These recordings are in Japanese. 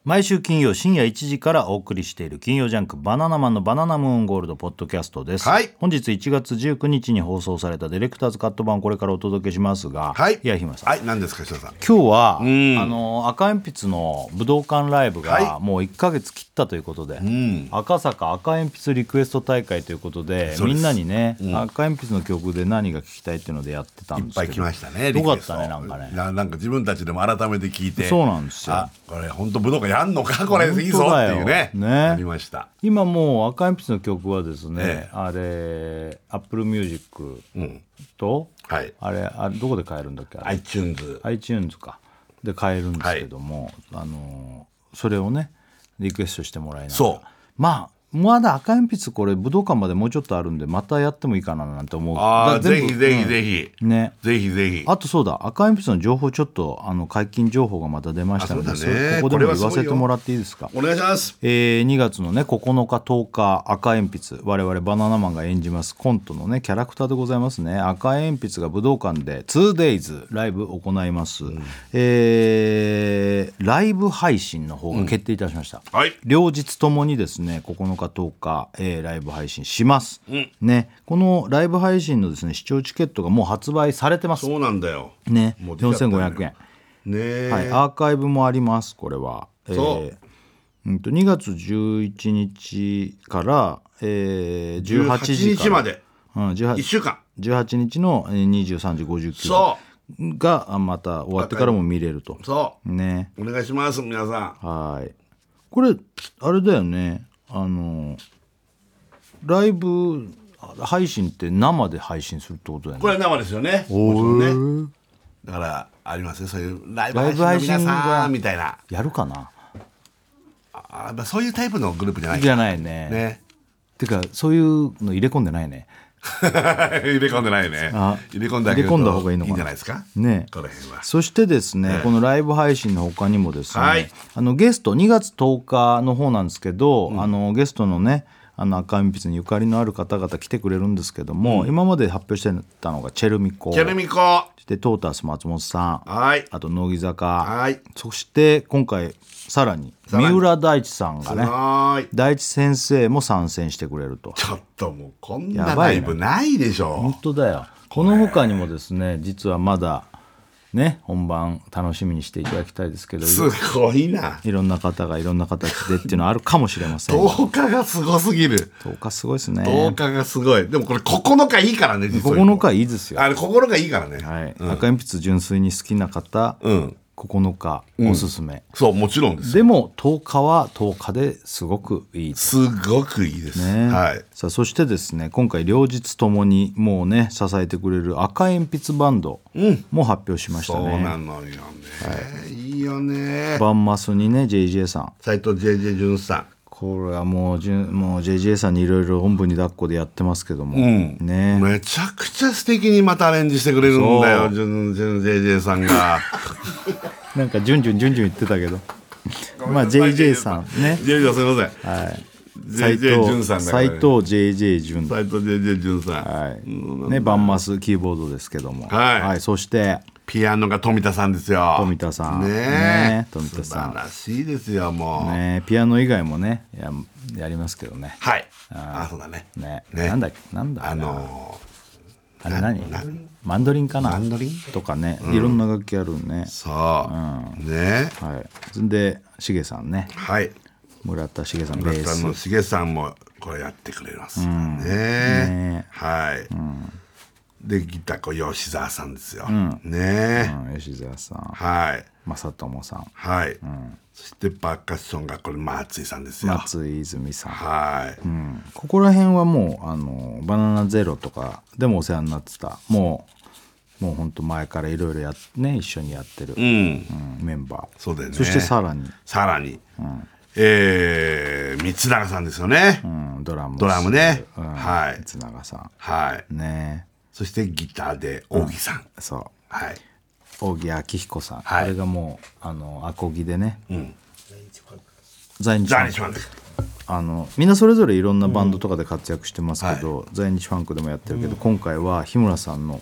毎週金曜深夜1時からお送りしている金曜ジャンクバナナマンのバナナムーンゴールドポッドキャストです、 はい、 本日1月19日に放送されたディレクターズカット版これからお届けしますが、 はい、 いや日村さん、 はい、何ですか石田さん。 今日は赤鉛筆の武道館ライブがもう1ヶ月切ったということで、赤坂赤鉛筆リクエスト大会ということでみんなにね、赤鉛筆の曲で何が聴きたいっていうのでやってたんですけど、 いっぱい来ましたね。 よかったね。なんかね、 なんか自分たちでも改めて聞いて、 そうなんですよ。 あ、これ本当武道館やんのかこれいいぞっていうね、ありました。 今もう赤鉛筆の曲はですね、あれ Apple Music と、はい、あれどこで買えるんだっけ、iTunes かで買えるんですけども、はい、それをねリクエストしてもらいながら、そうまだ赤鉛筆これ武道館までもうちょっとあるんでまたやってもいいかななんて思う。 ぜひぜひ、ね、ぜひぜひ。 あとそうだ、赤鉛筆の情報ちょっと解禁情報がまた出ましたので、ここでも言わせてもらっていいですか。 お願いします。 2月のね9日10日赤鉛筆、我々バナナマンが演じますコントのねキャラクターでございますね。赤鉛筆が武道館で 2days ライブを行います、ライブ配信の方が決定いたしました、 はい、 両日ともにですね9日10日、ライブ配信します、ね、このライブ配信のですね視聴チケットがもう発売されてます。 そうなんだよね、4500円ね、 はい、アーカイブもあります。これは、2月11日から、18時から 18日まで、1週間 18日の23時59分がまた終わってからも見れると。 そう、 ね、 お願いします皆さん。 はい、これあれだよね、ライブ配信って生で配信するってことだよね。 これは生ですよね。もちろんね。だからありますよ、そういうライブ配信の皆さんみたいな。 やるかな。 そういうタイプのグループじゃない。 じゃないね。てかそういうの入れ込んでないね。 入れ込んでないね。入れ込んだ方がいいのかな。 いいんじゃないですかね。 この辺は。 そしてですね、このライブ配信の他にもですね、ゲスト2月10日の方なんですけど、ゲストのね赤鉛筆にゆかりのある方々来てくれるんですけども、今まで発表してたのがチェルミコでトータス松本さん、あと乃木坂、そして今回さらに三浦大知さんがね、大知先生も参戦してくれると。 ちょっともうこんなライブないでしょ。 本当だよ。この他にもですね、実はまだね、本番楽しみにしていただきたいですけど、 すごいな、 いろんな方がいろんな形でっていうのはあるかもしれません。 10日がすごすぎる。 10日すごいですね。 10日がすごい。でもこれ9日いいからね。実は 9日いいですよ。 9日いいからね、 はい、赤鉛筆純粋に好きな方、9日おすすめ、 そうもちろんです。 でも10日は10日ですごくいい。 すごくいいですね、はい。 さあそしてですね、今回両日ともにもうね支えてくれる赤鉛筆バンドも発表しましたね、 そうなのよね、いいよね。 バンマスにね JJ さん、 斉藤 JJ 潤さん、 これはもう JJ さんにいろいろおんぶに抱っこでやってますけども、ね、 めちゃくちゃ素敵にまたアレンジしてくれるんだよ、JJ さんがなんかジュンジュン言ってたけどまあ JJ さんね、 JJ さんすいません、はい、JJ 潤さんだから、ね、 斉藤 JJ 潤、 斉藤 JJ 潤さん、 はいね、バンマスキーボードですけども、はい、そしてピアノが富田さんですよ。 富田さんね、 富田さん素晴らしいですよ。もうね、ピアノ以外もね やりますけどね。 はい、そうだね。 なんだあれ何マンドリンかな、 マンドリンとかね、いろんな楽器あるね。 そう、ね、 はい。でしげさんね、 はい、 村田しげさんベース、 村田のしげさんもこれやってくれますね、はい、でギター吉澤さんですよ、 吉澤さん、 はい、 正友さん、 はい、そしてパーカッションがこれ松井さんですよ。 松井泉さん、 はい、 ここら辺はもうバナナゼロとかでもお世話になってた、もう本当前からいろいろ一緒にやってる、メンバー。 そうだよね。 そしてさらに、 三永さんですよね、 ドラムね、はい、 三永さん、 はいね。 そしてギターで扇さん、 そう、 はい、 扇明彦さん、あれがもうアコギでね、在日ファンク、みんなそれぞれいろんなバンドとかで活躍してますけど、在日ファンクでもやってるけど、今回は日村さんの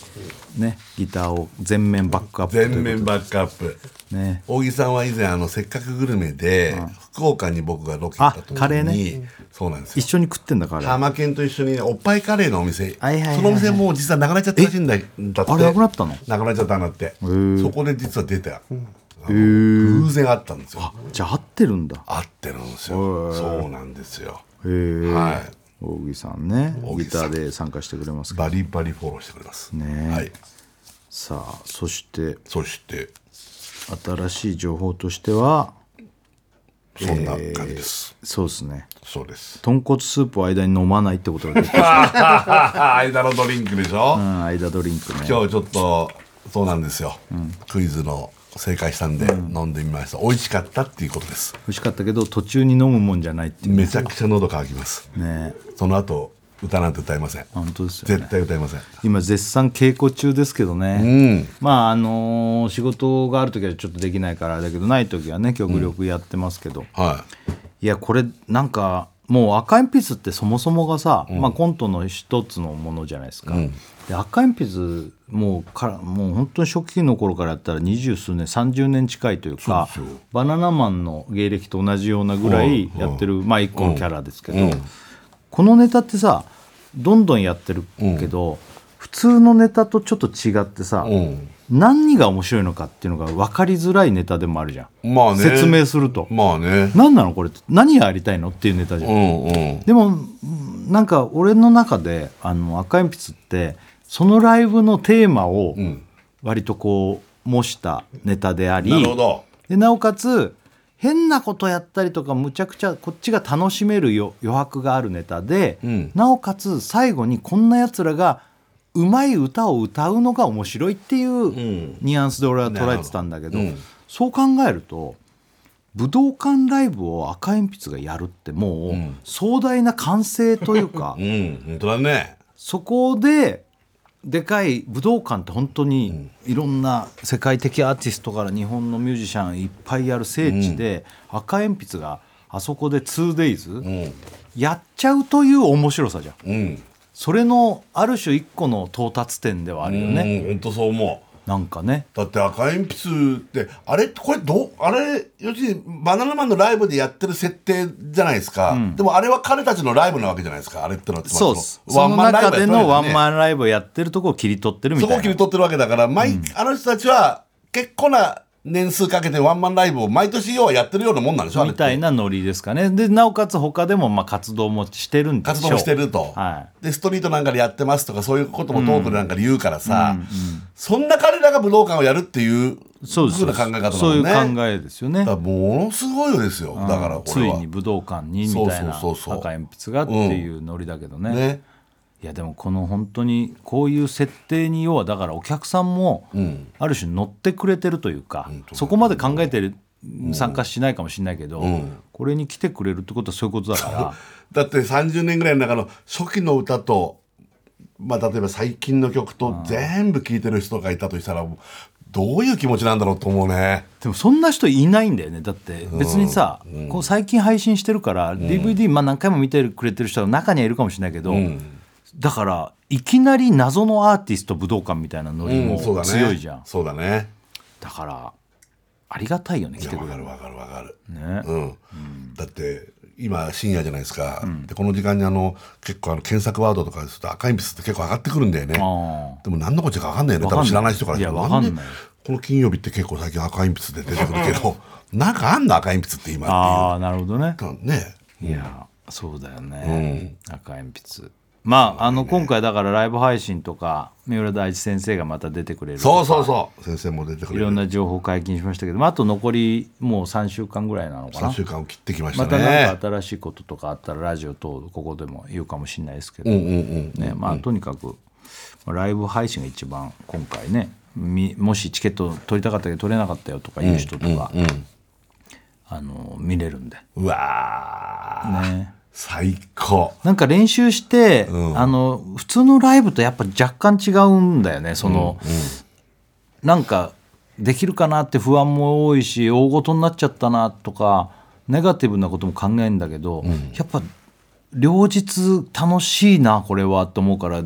ね、ギターを全面バックアップということで全面バックアップ、 ね、 大木さんは以前せっかくグルメで、福岡に僕がロケ行った時にカレーね、 そうなんですよ、 一緒に食ってんだカレー。 浜県と一緒に、ね、おっぱいカレーのお店、 はいはいはいはい、 そのお店もう実はなくなっちゃったらしいんだって。 あれなくなったの？ なくなっちゃったんだって。そこで実は出た、偶然あったんですよ。 じゃあ合ってるんだ。 合ってるんですよ。そうなんですよ。 はい。大木さんね、ギターで参加してくれますけど、 バリバリフォローしてくれますね。 はい。 さあそして新しい情報としてはそんな感じです。 そうですね。 そうです。 豚骨スープを間に飲まないってことが出てきました間のドリンクでしょ、 間ドリンクね。 今日ちょっとそうなんですよ、クイズの正解したんで飲んでみました。美味しかったっていうことです。 美味しかったけど途中に飲むもんじゃないっていう、 めちゃくちゃ喉乾きますね。 その後歌なんて歌いません。 本当ですよね。 絶対歌いません。今絶賛稽古中ですけどね、まあ仕事がある時はちょっとできないからだけどない時はね極力やってますけど、いやこれなんかもう赤鉛筆ってそもそもがさ、まあ、コントの一つのものじゃないですか、で赤鉛筆もう本当に初期の頃からやったら20数年30年近いというか、バナナマンの芸歴と同じようなぐらいやってる、まあ一個のキャラですけど、このネタってさどんどんやってるけど、普通のネタとちょっと違ってさ、何が面白いのかっていうのが分かりづらいネタでもあるじゃん、まあね、説明すると、まあね、何なのこれって何やりたいのっていうネタじゃん、でもなんか俺の中で赤鉛筆ってそのライブのテーマを割とこう模したネタであり、なるほど、でなおかつ変なことやったりとかむちゃくちゃこっちが楽しめる余白があるネタで、なおかつ最後にこんなやつらがうまい歌を歌うのが面白いっていうニュアンスで俺は捉えてたんだけど、そう考えると武道館ライブを赤鉛筆がやるってもう壮大な完成というか、 本当だね、 そこででかい武道館って本当にいろんな世界的アーティストから日本のミュージシャンいっぱいある聖地で、赤鉛筆があそこで 2days やっちゃうという面白さじゃん、それのある種一個の到達点ではあるよね。 本当そう思う。なんかね、だって赤鉛筆ってあれこれあれ要するにバナナマンのライブでやってる設定じゃないですか、でもあれは彼たちのライブなわけじゃないですか、あれってのは。 そうです、その中でのワンマンライブをやってるところを切り取ってるみたいな、 そこを切り取ってるわけだから、あの人たちは結構な年数かけてワンマンライブを毎年要はやってるようなもんなんでしょ、 みたいなノリですかね。でなおかつ他でもまあ活動もしてるんでしょう。活動もしてると、でストリートなんかでやってますとかそういうこともトークでなんかで言うからさ、そんな彼らが武道館をやるっていう風な考え方だもんね。そういう考えですよね。 だからものすごいですよ、だからこれはついに武道館にみたいな赤鉛筆がっていうノリだけどね。いやでもこの本当にこういう設定に要はだからお客さんもある種乗ってくれてるというか、そこまで考えて参加しないかもしれないけど、これに来てくれるってことはそういうことだからだって30年ぐらいの中の初期の歌と、例えば最近の曲と全部聴いてる人がいたとしたらどういう気持ちなんだろうと思うね。 でもそんな人いないんだよね。だって別にさ、こう最近配信してるから DVD 何回も見てくれてる人は中にはいるかもしれないけど、だからいきなり謎のアーティスト武道館みたいなノリも強いじゃん。 そうだね。 だからありがたいよね、来てくれる。 わかるね。だって今深夜じゃないですか、でこの時間に結構検索ワードとかですと赤鉛筆って結構上がってくるんだよね。でも何のこっちゃか分かんないよね、多分知らない人からしたら。なんでこの金曜日って結構最近赤鉛筆で出てくるけどなんかあんの赤鉛筆って今っていう。 ああなるほどね。いやそうだよね、赤鉛筆。今回だからライブ配信とか三浦大知先生がまた出てくれるとか、 そう先生も出てくれる、 いろんな情報解禁しましたけど、あと残りもう3週間ぐらいなのかな。 3週間を切ってきましたね。 またなんか新しいこととかあったらラジオ等ここでも言うかもしれないですけどね。とにかくライブ配信が一番今回ね、もしチケット取りたかったけど取れなかったよとかいう人とか見れるんで、 うわーね、最高。 なんか練習して、普通のライブとやっぱ若干違うんだよね。なんかできるかなって不安も多いし、大ごとになっちゃったなとかネガティブなことも考えるんだけど、やっぱ両日楽しいなこれはと思うから、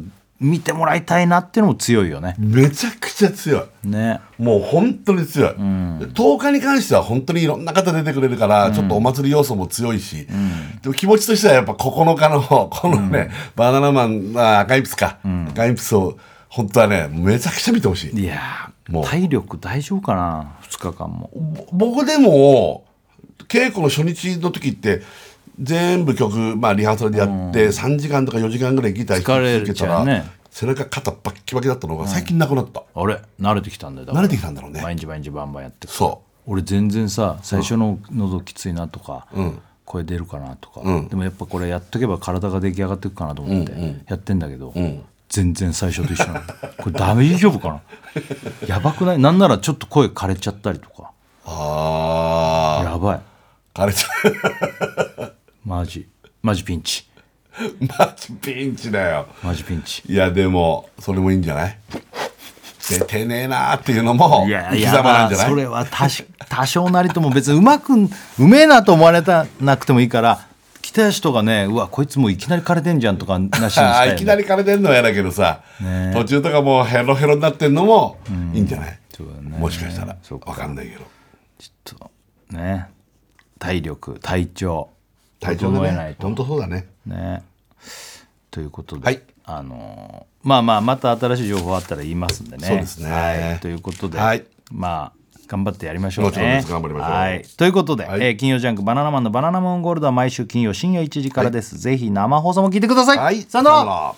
見てもらいたいなっていうのも強いよね。 めちゃくちゃ強いね。 もう本当に強い、10日に関しては本当にいろんな方出てくれるから、ちょっとお祭り要素も強いし、でも気持ちとしてはやっぱ9日のこのね、バナナマン赤いピスか、赤いピスを本当はねめちゃくちゃ見てほしい。 いやもう体力大丈夫かな2日間も。 僕でも稽古の初日の時って全部曲、リハーサルでやって3時間とか4時間ぐらいギター弾き続けたら、ね、背中肩バッキバキだったのが最近なくなった、 あれ慣れてきたんだよ。 慣れてきたんだろうね。 毎日バンバンやってそう俺全然さ最初の喉きついなとか、声出るかなとか、でもやっぱこれやっとけば体が出来上がっていくかなと思ってやってんだけど、全然最初と一緒なのこれ大丈夫かなやばくない？なんならちょっと声枯れちゃったりとか。やばい枯れちゃうマジピンチマジピンチだよ。 マジピンチ。 いやでもそれもいいんじゃない？出てねえなーっていうのも生き様なんじゃない？ それは多少なりとも別にうめえなと思われたなくてもいいから来た人がねうわこいつもういきなり枯れてんじゃんとかなしにしたい、ね、 いきなり枯れてんのは嫌だけどさ、ね、途中とかもうヘロヘロになってんのもいいんじゃない？ね、もしかしたら分かんないけどちょっとね体力体調整えないと本当そうだね。 ねということで、 はい、 また新しい情報あったら言いますんでね。 そうですね、 はい、ということで、 はい、 頑張ってやりましょうね。 もちろんです。頑張りましょう。 はい、ということで、 はい、 金曜ジャンクバナナマンのバナナムーンゴールドは毎週金曜深夜1時からです、はい、ぜひ生放送も聞いてください。 はい、 さよなら。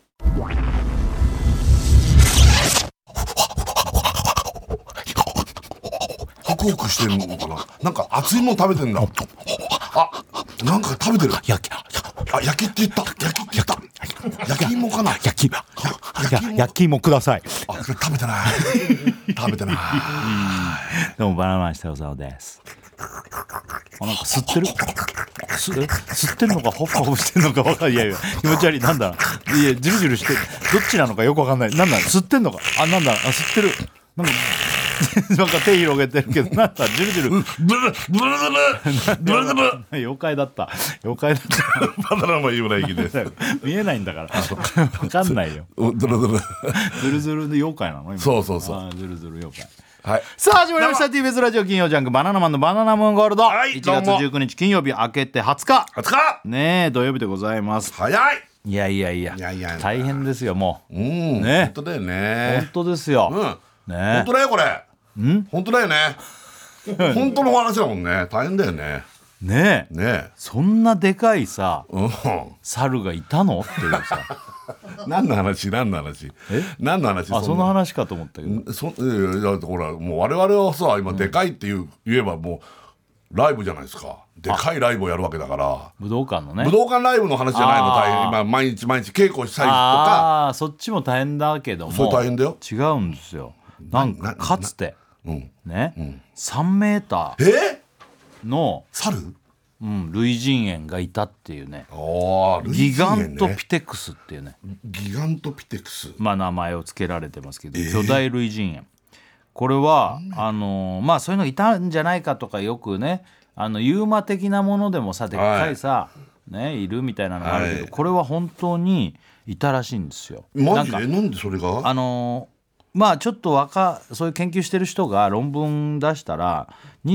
ホクホクしてるのかな。なんか熱いもの食べてんだ。なんか食べてる。焼きって言った。焼き芋かな。 焼き芋ください。 食べてない食べてないどうもバナナマン設楽統です。なんか吸ってる吸ってるのかホフホフしてるのか分かんない。いやいや気持ち悪い。なんだいやジュルジュルしてどっちなのかよく分かんない。なんだ吸ってんのかなんだ吸ってるなんかなんか手広げてるけどなんだジュルジュルブル妖怪だったバナナもいいぐらい息で見えないんだから分かんないよ。ズルズルで妖怪なの今。 そうズルズル妖怪。 はい、 さあ始まりました TBS ラジオ金曜ジャンクバナナマンのバナナムーンゴールド、 はい、 1月19日金曜日明けて20日ねえ土曜日でございます。 早い。 いや大変ですよもう。 ね、本当だよね。 本当ですよ、 ね、本当だよこれ。本当だよね本当の話だもんね。大変だよね。 ねえそんなでかいさ、猿がいたのっていうさ何の話その話かと思ったけど。 だってほらもう我々はさ今でかいって言えばもうライブじゃないですか。でかいライブをやるわけだから武道館のね武道館ライブの話じゃないの。大変今毎日稽古したりとか。 そっちも大変だけどもそう大変だよ。 違うんですよ。なんかかつてね3メーターの猿類人猿がいたっていうね。 ギガントピテクスっていうね。 ギガントピテクス名前を付けられてますけど、巨大類人猿。これはそういうのいたんじゃないかとかよくねユーマ的なものでもさでっかいさ、いるみたいなのがあるけど、これは本当にいたらしいんですよ。 マジで？なんでそれが？ ちょっとそういう研究してる人が論文出したら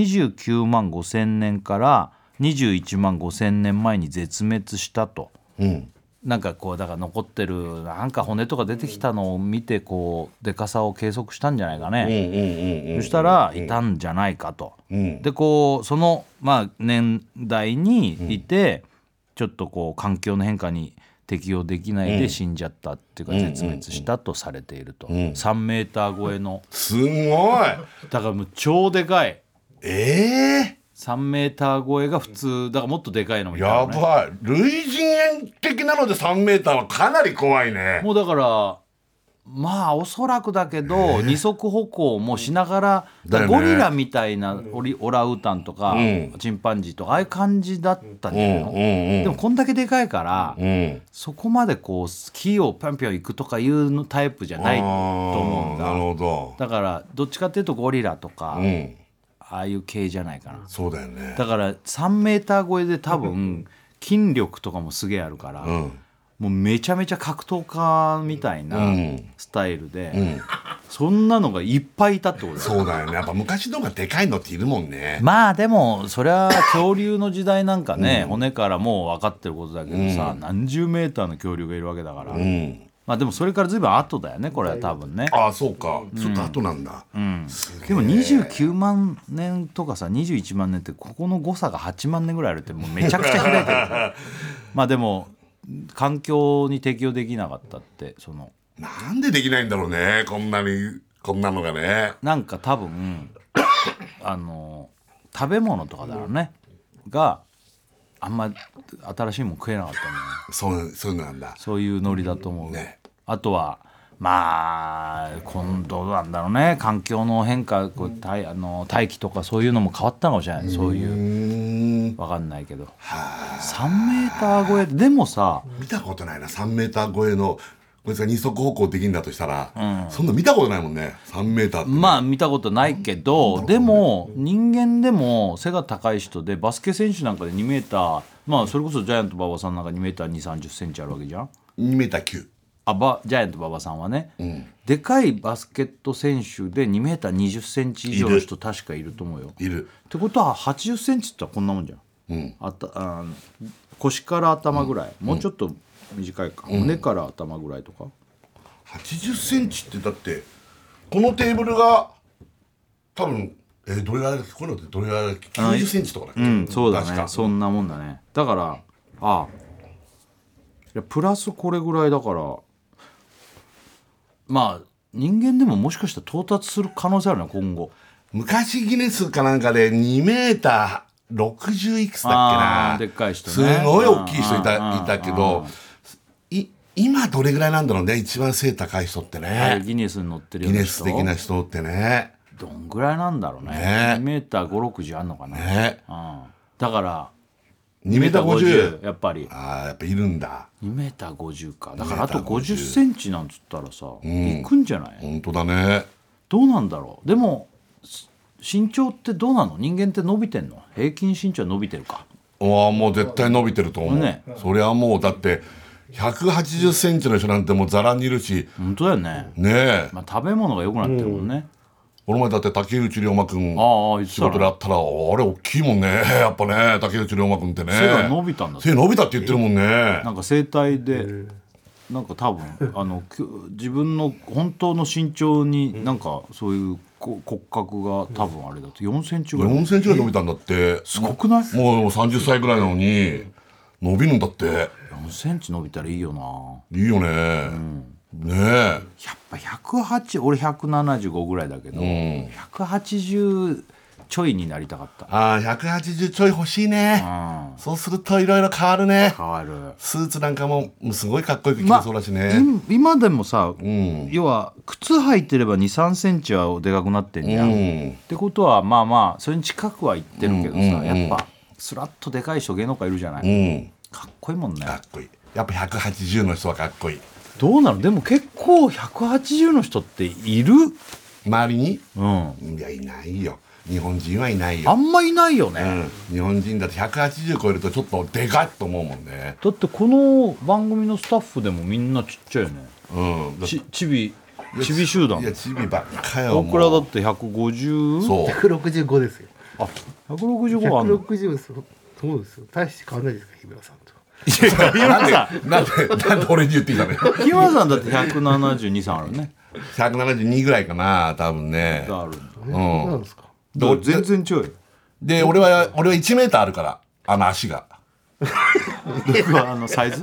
29万5千年から21万5千年前に絶滅したと、なんかこうだから残ってるなんか骨とか出てきたのを見てこうでかさを計測したんじゃないかね。そしたらいたんじゃないかと、でこうその年代にいてちょっとこう環境の変化に適応できないで死んじゃったっていうか絶滅したとされていると、3メーター超えのすごいだからもう超でかい3メーター超えが普通だからもっとでかいのもいたのね。 やばい。類人猿的なので3メーターはかなり怖いね。 もうだからおそらくだけど二足歩行もしながら、ゴリラみたいなオランウータンとか、チンパンジーとかああいう感じだったんじゃないの。でもこんだけでかいから、そこまでこう木をぴょんぴょん行くとかいうタイプじゃないと思うんだ。 なるほど。 だからどっちかっていうとゴリラとか、ああいう系じゃないかな。 そうだよね。 だから3メーター超えで多分筋力とかもすげえあるから、 もうめちゃめちゃ格闘家みたいなスタイルで、 うん、 そんなのがいっぱいいたってことだよ。 そうだよね。やっぱ昔の方がでかいのっているもんね。 まあでもそりゃ恐竜の時代なんかね、骨からもう分かってることだけどさ、何十メーターの恐竜がいるわけだから、まあでもそれからずいぶん後だよねこれは多分ね。 ああそうか、ちょっと後なんだ、 でも29万年とかさ21万年ってここの誤差が8万年ぐらいあるってもうめちゃくちゃ開いてるまあでも環境に適応できなかったって、そのなんでできないんだろうね、こんなのがね。 なんか多分食べ物とかだろうね、があんま新しいもん食えなかったんだよね。 そういうのなんだ。 そういうノリだと思う、 ね。 あとはまあ今度なんだろうね、環境の変化、大気とかそういうのも変わったのかもしれない。そういう分かんないけど、3メーター超えでもさ、 見たことないな。3メーター超えのこいつが二足歩行できるんだとしたら、そんな見たことないもんね、3メーターって、ね。 まあ見たことないけど、でも人間でも背が高い人でバスケ選手なんかで2メーター、まあそれこそジャイアント馬場さんなんか2メーター2、30センチあるわけじゃん。 2メーター9。 ジャイアント馬場さんはね、でかいバスケット選手で2メーター20センチ以上の人確かいると思うよ。 いるってことは80センチって言ったらこんなもんじゃん、腰から頭ぐらい、もうちょっと短いか、胸から頭ぐらいとか。 80センチってだってこのテーブルが多分どれぐらいだっけ、こういうのってどれぐらいだっけ、90センチとかだっけ。 そうだね、そんなもんだね。だからいやプラスこれぐらいだから、まあ人間でももしかしたら到達する可能性あるね今後。 昔ギネスかなんかで2メーター60いくつだっけな、 でっかい人ね、 すごい大きい人いたけど、今どれぐらいなんだろうね、一番背高い人ってね、 ギネスに乗ってるようギな人、 ネス的な人ってね、 どんぐらいなんだろうね。2メーター5、60あんのかな、だから 2メーター50、 やっぱりやっぱいるんだ。 2メーター50か。だからあと50センチなんつったらさ、いくんじゃない？ 本当だね。 どうなんだろう。でも身長ってどうなの？人間って伸びてんの？平均身長は伸びてるか。 もう絶対伸びてると思う、ね、それはもうだって180センチの人なんてもうザラにいるし。 本当だよね。 ねえ、 まあ、食べ物が良くなってるもんね。 この前だって竹内涼真君仕事で会ったら、あれ大きいもんね、やっぱね、竹内涼真君ってね、 背が伸びたんだ。 背伸びたって言ってるもんね。 なんか整体でなんか多分自分の本当の身長になんかそういう骨格が多分あれだと4センチぐらい 4センチぐらい伸びたんだって。 すごくない？ もう30歳ぐらいなのに伸びるんだって。 4センチ伸びたらいいよな。 いいよね、ねえ、 やっぱ108、俺175ぐらいだけど、180ちょいになりたかった。 180ちょい欲しいね、そうするといろいろ変わるね。 変わる。 スーツなんかもすごいかっこよく着てそうだしね、 今でもさ、要は靴履いてれば2、3センチはでかくなってんじゃん、ってことはまあまあそれに近くはいってるけどさ、やっぱスラッとでかい人芸能界いるじゃない、かっこいいもんね。かっこいい。やっぱ180の人はかっこいい。 どうなの？でも結構180の人っている？ 周りに？いやいないよ。日本人はいないよ。 あんまいないよね、 日本人だって180超えるとちょっとでかっと思うもんね。 だってこの番組のスタッフでもみんなちっちゃいよね。チビ集団。 いやチビばっかよ。 僕らだって150？ そう165ですよ。 165あんの ？160そうですよ。大して変わんないですか、日村さんと。 なんで俺に言っていたの？ 日村さんだって172、3あるね。 172ぐらいかな多分ね。 あるんだ。 なんですか。 全然違うよ。 で俺は1メーターあるから足がサイズ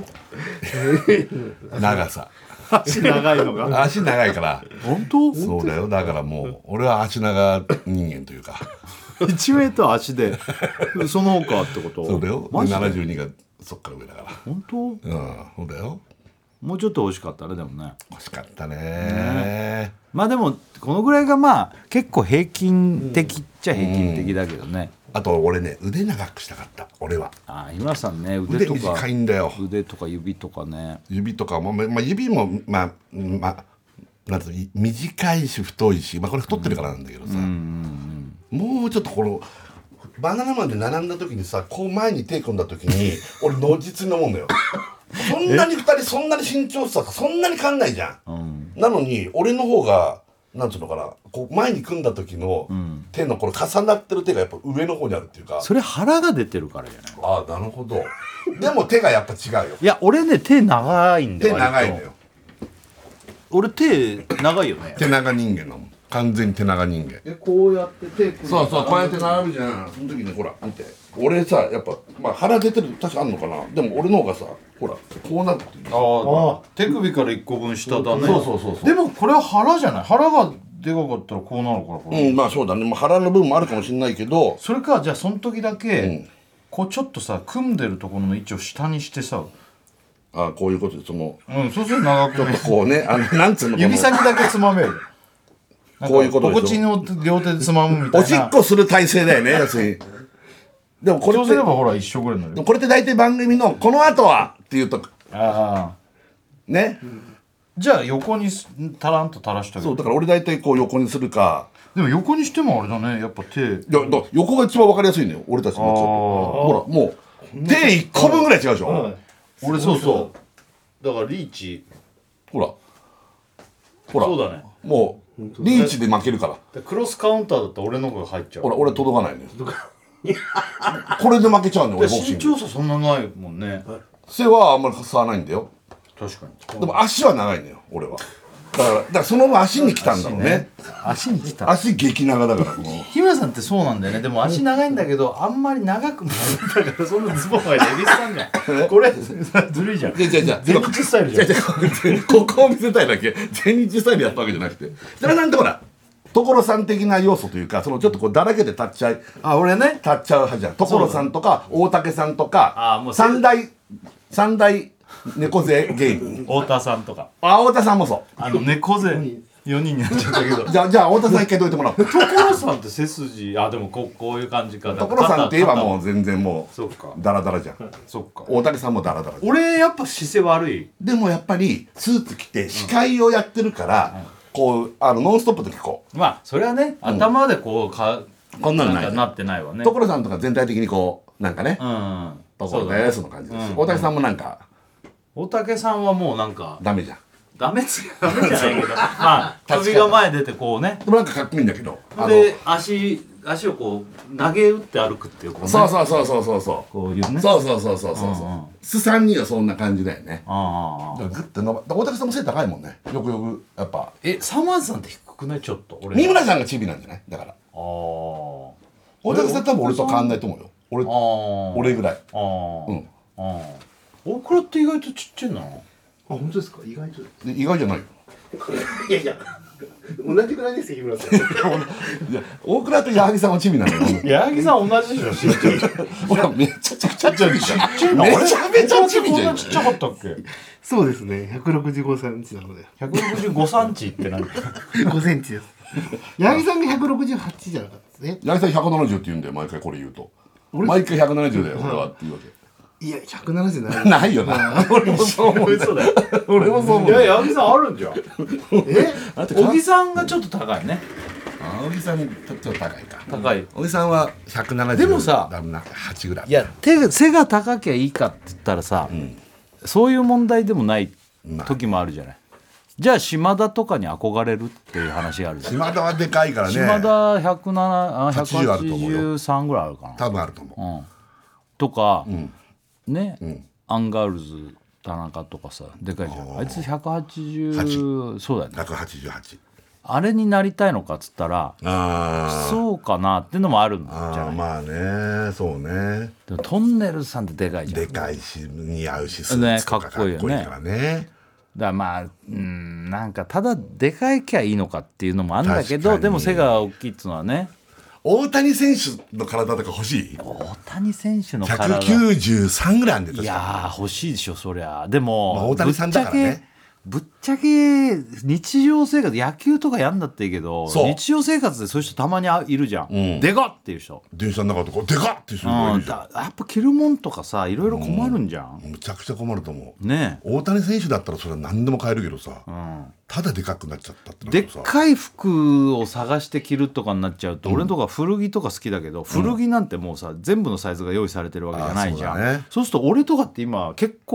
長さ足長いのが足長いから。 本当？ そうだよ。だからもう俺は足長人間というか 1メーター足でその他ってこと？ そうだよ。72がそっから上だから。 本当？ そうだよ。 もうちょっと惜しかったね。でもね惜しかったね。 まあでもこのぐらいがまあ結構平均的っちゃ平均的だけどね。 あと俺ね腕長くしたかった俺は。 日村さんね、腕とか短いんだよ。 腕とか指とかね。 指とかも、指もなんていうの、短いし太いし、これ太ってるからなんだけどさ、もうちょっとこのバナナマンで並んだ時にさ、こう前に手組んだ時に俺の実に思うんだよ。 そんなに2人そんなに身長差そんなに変わんないじゃん、なのに俺の方がなんつうのかな、こう前に組んだ時の手のこの重なってる手がやっぱ上の方にあるっていうか、 それ腹が出てるからじゃない。 ああなるほど。でも手がやっぱ違うよ。 いや俺ね手長いんだよ。 手長いんだよ。 俺手長いよね。 手長人間なもん、完全に手長人間。 こうやって手組んで、 そうそう、こうやって並ぶじゃん。その時にほら見て、俺さやっぱまあ腹出てる確かあんのかな、でも俺の方がさほらこうなってる。 ああ手首から1個分下だね。 そうでもこれは腹じゃない。腹がでかかったらこうなるからこれ、 まあそうだね、まあ、腹の部分もあるかもしれないけど、 それかじゃあその時だけ、こうちょっとさ組んでるところの位置を下にしてさ、 あこういうことでそのそうすると長くねこうね、なんつうの指先だけつまめる。 こういうことでしょ。 心地の両手でつまむみたいな。 おしっこする体勢だよね要するに。でもこれそうってすればほら一緒ぐらいになるよ。 これって大体番組のこの後はっていうとああね、 じゃあ横にタランと垂らしてあげる。 そうだから俺大体こう横にするか。 でも横にしてもあれだね、やっぱ手。 いやだ横が一番わかりやすいのよ俺たちのほらもう手1個分ぐらい違うでしょ、 俺そうそうだからリーチ。 ほらほらそうだね。 もうリーチで負けるから。 クロスカウンターだったら俺の方が入っちゃう。 ほら俺届かないのよこれで負けちゃうのよ俺ボクシン身グ。 長差そんなないもんね。 背はあんまり差はないんだよ。 確かに。 でも足は長いのよ俺は。だからその分足に来たんだろうね。 足に来た。 足激長だからもう。 日村さんってそうなんだよね。でも足長いんだけどあんまり長くもないだからそんなズボンがいない。蛭子さんじゃんこれずるいじゃん。 じゃ全日スタイルじゃん。 ここを見せたいだけ。全日スタイルやったわけじゃなくて、だからなんてほら所さん的な要素というか、そのちょっとこうだらけで立っちゃい、 俺ね立っちゃうはずじゃん。所さんとか大竹さんとかもう三大猫背芸人。 太田さんとか太田さんもそう。 猫背4人になっちゃったけどじゃあ太田さん一回どいてもらおう。 所さんって背筋でもこういう感じか。 所さんって言えばもう全然もそうかダラダラじゃん。 そっか。 大竹さんもダラダラ。 俺やっぱ姿勢悪い。 でもやっぱりスーツ着て司会をやってるから、こうノンストップの時こうまあそれはね頭でこうこんなのないんかなってないわね。 所さんとか全体的にこうなんかね所ですの感じです。大竹さんもなんか大竹さんはもうなんかダメじゃん。 ダメじゃないけどまあ首が前出てこうね。 でもなんかかっこいいんだけど、 で足をこう投げ打って歩くっていうこうね。 そうこういうね。 そうスさんにはそんな感じだよね。 ああだからグッて伸ば大竹さんも背高いもんね。よくやっぱサマーズさんって低くないちょっと。 三村さんがチビなんじゃない。だから大大竹さん多分俺と変わんないと思うよ。俺ぐらい。 大倉って意外とちっちゃいな。 本当ですか。意外と意外じゃないよ。 いや同じぐらいですよ日村さん。 いや大倉と矢作さんはチビなのよ。 矢作さん同じでしょ。ちっちゃい。 ほらめちゃくちゃチビじゃん。 ちっちゃいな。 めちゃめちゃチビじゃん。 こんなちっちゃかったっけ。 そうですね。165センチなので。 165サンチって何 5センチです。八木さんが168じゃなかったですね。 矢作さん170って言うんだよ毎回これ言うと。毎回170だよ俺はっていうわけ。 いや170ないないよな。俺もそう思う。 嘘だよ。 俺もそう思う。 いや矢作さんあるんじゃん。小木さんがちょっと高いね。 小木さんちょっと高いか。 高い。 小木さんは170。 でもさ 8ぐらい。 いや背が高きゃいいかって言ったらさ、そういう問題でもない時もあるじゃない。じゃあ島田とかに憧れるっていう話があるじゃん。 島田はでかいからね。 島田183ぐらいあるかな。 多分あると思う。 とかね、アンガールズ田中とかさでかいじゃん。あいつ180そうだよね。 188。 あれになりたいのかっつったらそうかなってのもあるんじゃない。 まあねそうね。 でもトンネルズさんってでかいじゃん。 でかいし似合うしスーツとかかっこいいからね。 だからまあなんかただでかいきゃいいのかっていうのもあるんだけど、でも背が大きいっつうのはね。 大谷選手の体とか欲しい。 大谷選手の体 193ぐらいあるんで。 いや欲しいでしょそりゃ。でも、 まあ、大谷さんだからね。 ぶっちゃけ日常生活野球とかやんだっていいけど日常生活でそういう人たまにいるじゃん、でかっていう人電車の中とかでかっていう人いるじゃん。 やっぱ着るもんとかさいろいろ困るんじゃん、 むちゃくちゃ困ると思うね。 大谷選手だったらそれは何でも買えるけどさ、ただでかくなっちゃったってなでっるとさかい服を探して着るとかになっちゃうと、俺のとか古着とか好きだけど、古着なんてもうさ全部のサイズが用意されてるわけじゃないじゃん。 そうすると俺とかって今結構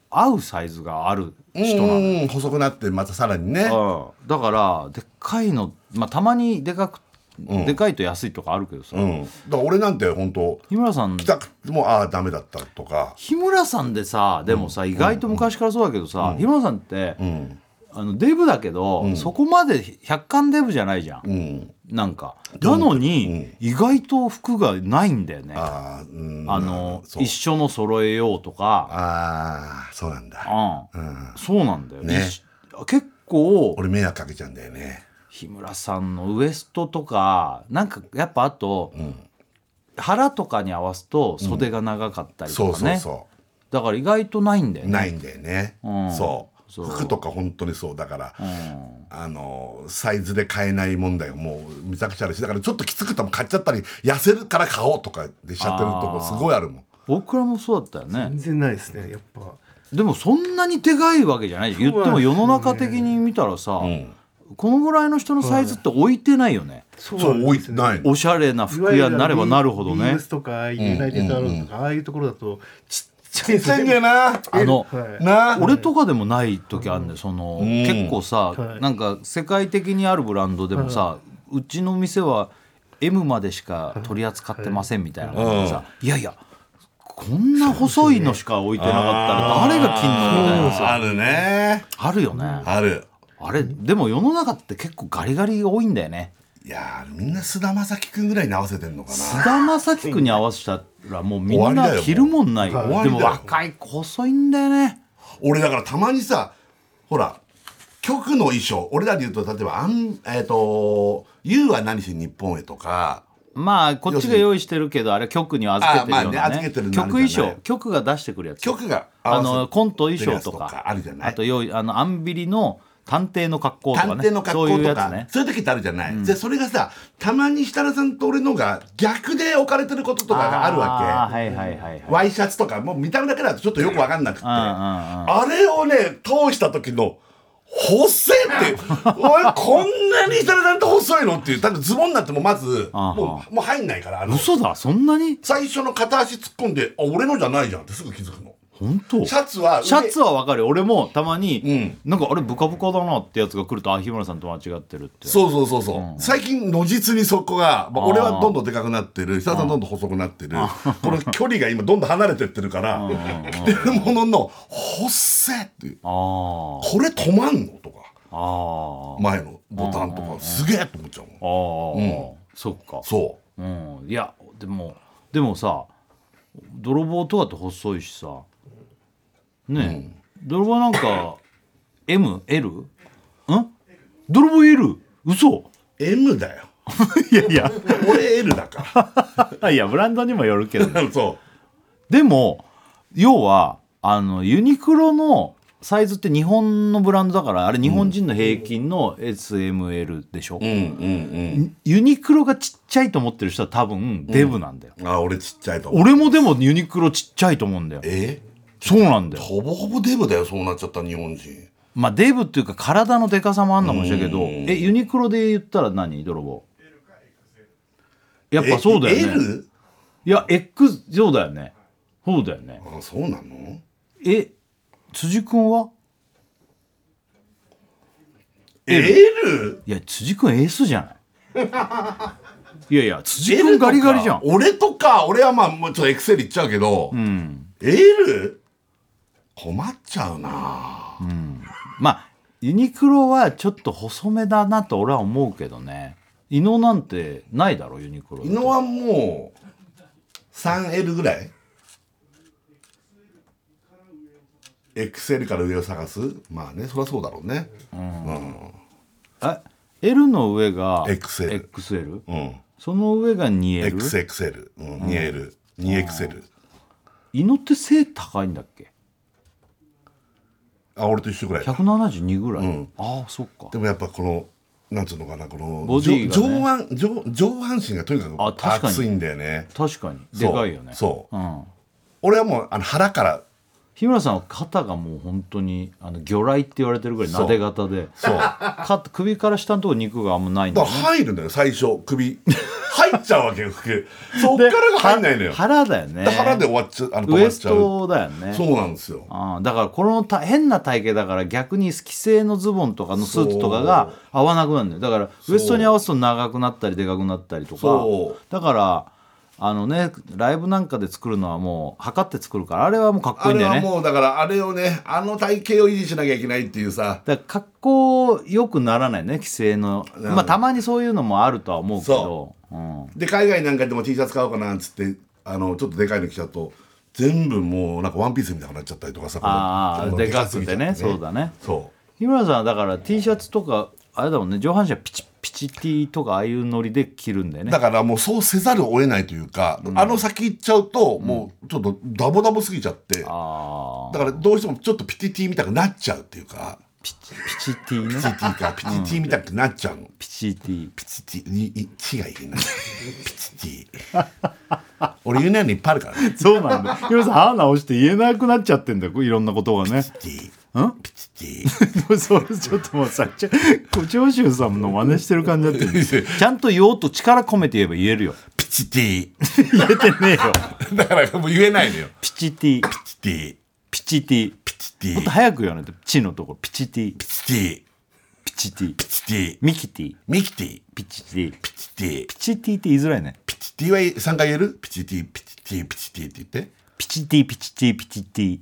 合うサイズがある人なの。 細くなってまたさらにね。 だからでっかいの、まあ、たまにでかいと安いとかあるけどさ、 だから俺なんて本当日村さん来たくてもダメだったとか。 日村さんでさでもさ、意外と昔からそうだけどさ、日村さんって、デブだけど、そこまで百貫デブじゃないじゃん、なんかなのに、意外と服がないんだよね。一緒の揃えようとか。 そうなんだ。 そうなんだよね。 結構俺迷惑かけちゃうんだよね。 日村さんのウエストとかなんかやっぱあと、腹とかに合わすと袖が長かったりとかね、だから意外とないんだよね。 ないんだよね、そう服とか本当にそうだから、サイズで買えない問題がもうめちゃくちゃあるし、だからちょっときつくても買っちゃったり痩せるから買おうとかでしちゃってるとこすごいあるもん。 僕らもそうだったよね。 全然ないですねやっぱ。 でもそんなにでかいわけじゃない言っても世の中的に見たらさ、このぐらいの人のサイズって置いてないよね。 そう置いてない。 おしゃれな服屋になればなるほどね。 ビームスとかユナイテッドアローとかああいうところだとちっちゃいんだよな。 俺とかでもない時あるんで、結構さ、なんか世界的にあるブランドでもさ、うちの店は M までしか取り扱ってませんみたいなのさ、いやいやこんな細いのしか置いてなかったら誰が着んのみたいなさ、 あるね。 あるよね。あれでも世の中って結構ガリガリが多いんだよね。 いやみんな菅田将暉君ぐらいに合わせてんのかな。 菅田将暉君に合わせたらもうみんな着るもんないよ。でも若い子細いんだよね。 俺だからたまにさ、ほら局の衣装、俺らで言うと例えばYOU は何しに日本へとか、 まあこっちが用意してるけどあれ局に預けてるようなね。局衣装、局が出してくるやつ。 局がコント衣装とかあるじゃない。 あとアンビリの探偵の格好とかね。 探偵の格好とか、そういうやつね。そういう時ってあるじゃない。でそれがさ、たまに設楽さんと俺のが逆で置かれてることとかがあるわけ。ワイシャツとかもう見た目だけだとちょっとよく分かんなくて、あれをね通した時の細いって俺こんなに設楽さんって細いのっていう。だってズボンなんてもうまずもう入んないから。 嘘だ、そんなに最初の片足突っ込んで俺のじゃないじゃんってすぐ気づくの。 本当。 シャツは分かるよ。俺もたまに、なんかあれブカブカだなってやつが来ると日村さんと間違ってるって。 そう、最近如実にそこが、俺はどんどんでかくなってる、設楽さんどんどん細くなってる、この距離が今どんどん離れてってるから着てるものの細っっていう、これ止まんのとか、前のボタンとかすげえと思っちゃうもん。 そっか。 そう、 いやでもさ、泥棒とかって細いしさね、泥棒なんか ML？ 泥棒 L？ 嘘？ M だよ。 いや俺 L だからいやブランドにもよるけど、ね、 そうでも要はユニクロのサイズって日本のブランドだから、あれ日本人の平均の SML でしょ。ユニクロがちっちゃいと思ってる人は多分デブなんだよ。 俺ちっちゃいと思う。 俺もでもユニクロちっちゃいと思うんだよ。そうなんだよ。 ほぼほぼデブだよ、そうなっちゃった日本人。 まあデブっていうか体のでかさもあんのかもしれないけど、ユニクロで言ったら何？泥棒やっぱそうだよね。 L？ いや X そうだよね。そうだよね。 そうなの？ 辻君は L？ いや辻君 S じゃないいやいや辻君ガリガリじゃん。 俺とか俺はまあもうちょっと XL いっちゃうけど、L？ 困っちゃうな。 まあユニクロはちょっと細めだなと俺は思うけどね。伊野なんてないだろユニクロ。 伊野はもう 3L ぐらい。XL から上を探す。まあね、そりゃそうだろうね。 L の上が XL、 その上が 2L、 XXL、2L、2XL。 伊野って背高いんだっけ？ 俺と一緒ぐらいだ。 172ぐらい。そっか。 でもやっぱこのなんつうのかな、このボディがね、 上半身がとにかく厚いんだよね。 確かにでかいよね。 そう、俺はもう腹から日村さんは肩がもう本当に魚雷って言われてるぐらいなで型で、首から下のところ肉があんまないんだよね。だから入るんだよ最初首入っちゃうわけよそっからが入んないのよ。 腹だよね。 腹で終わっちゃうウエストだよね。 そうなんですよ。 だからこの変な体型だから逆に既製のズボンとかのスーツとかが合わなくなるんだよ。だからウエストに合わすと長くなったりでかくなったりとか、だからライブなんかで作るのはもう測って作るから、あれはもうかっこいいんだよね。 あれはもうだからあれをね体型を維持しなきゃいけないっていうさ、 だから格好よくならないね既製の。まあたまにそういうのもあるとは思うけど、 で海外なんかでも T シャツ買おうかなっつってちょっとでかいの着ちゃうと全部もうなんかワンピースみたいになっちゃったりとかさ、 でかくてね。そうだね。 そう日村さんはだから T シャツとかあれだもんね、上半身はピチ T とかああいうノリで着るんだよね。 だからもうそうせざるを得ないというか、先行っちゃうともうちょっとダボダボすぎちゃって、だからどうしてもちょっとピチ T みたくなっちゃうっていうか、 ピチ T ね。 ピチ T かピチ T みたくなっちゃうの。 ピチ T に「がいいなピチ T 俺言えないのいっぱいあるからね。 そうなんだ。ヒロさん歯直して言えなくなっちゃってんだよ、いろんなことがね。 ピチ T ピチ T それちょっともうさ長州さんの真似してる感じになってる。ちゃんと言おうと力込めて言えば言えるよ。 ピチ T 言えてねえよ。 だからもう言えないのよ。 ピチ T ピチ T ピチ T ピチ T もっと早く言わないと。チのところピチ T ピチ T ピチ T ピチ T ミキ T ミキ T ピチ T ピチ T ピチ T って言いづらいね。 ピチ T は3回言える？ピチ T ピチ T ピチ T って言ってピチ T ピチ T ピチ T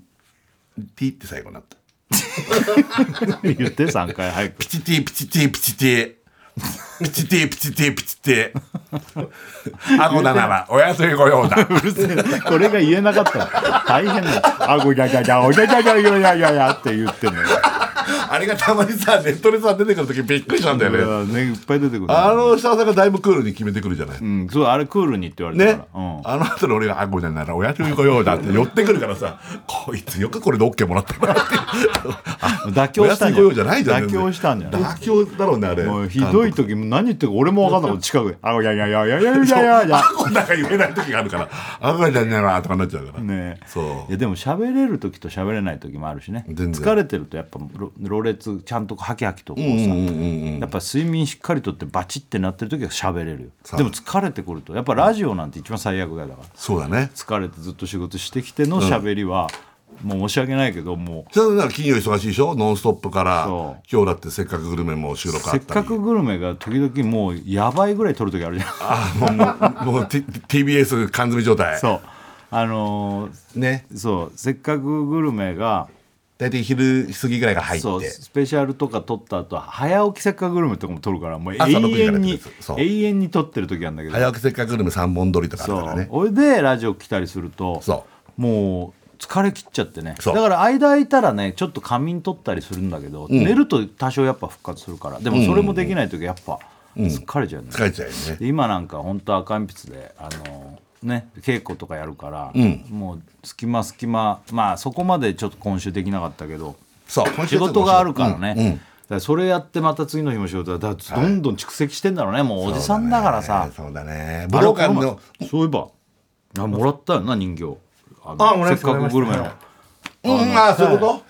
T って最後になった。 言って3回早く。 ピチ T ピチ T ピチ Tピチ T ピチ T ピチ T 顎だなら親という御用だ。 うるせえな、これが言えなかったら大変だ。顎ギャギャギャおギャギャギャギャギャギャギャって言ってんのよ。 あれがたまにさネットでさ出てくるときびっくりしたんだよね。 いっぱい出てくる。 設楽さんがだいぶクールに決めてくるじゃない。 そう、あれクールにって言われたから。 ね、あの後の俺が「あごじゃなら親という御用だ」って寄ってくるからさ、こいつよくこれで OK もらったなっていう妥協したんじゃん。 親という御用じゃないじゃん。 妥協したんじゃん。 妥協だろうねあれ。 もうひどい時何言ってるか俺も分かんないこと近くで「あごやややややややや」 あごなんか言えない時があるから「あごじゃなら」とかなっちゃうからね。 そういやでも喋れる時と喋れない時もあるしね。疲れてるとやっぱろれつちゃんとハキハキとこうさ、やっぱ睡眠しっかりとってバチってなってる時は喋れるよ。でも疲れてくるとやっぱラジオなんて一番最悪だよ。だからそうだね。 疲れてずっと仕事してきての喋りは、もう申し訳ないけどもうそれなら金曜忙しいでしょ。ノンストップから今日だってせっかくグルメも収録あったり、 せっかくグルメが時々もうやばいぐらい撮る時あるじゃん。 もう TBS 缶詰状態。 そうね。 そうせっかくグルメが大体昼過ぎぐらいから入って、 そうスペシャルとか撮った後早起きせっかくグルメとかも撮るからもう朝6時から永遠に撮ってる時あるんだけど、 早起きせっかくグルメ3本撮りとかあるからね。 それでラジオ来たりするともう疲れ切っちゃってね。だから間空いたらねちょっと仮眠取ったりするんだけど、寝ると多少やっぱ復活するから。でもそれもできない時やっぱ疲れちゃうね。 疲れちゃうよね。 で今なんか本当赤鉛筆でね、稽古とかやるから、もう隙間まあそこまでちょっと今週できなかったけど、仕事があるからね、だからそれやってまた次の日も仕事だからどんどん蓄積してんだろうね。もうおじさんだからさ。 そうだね。武道館のそういえばもらったよな人形。 せっかくグルメの。 そういうこと、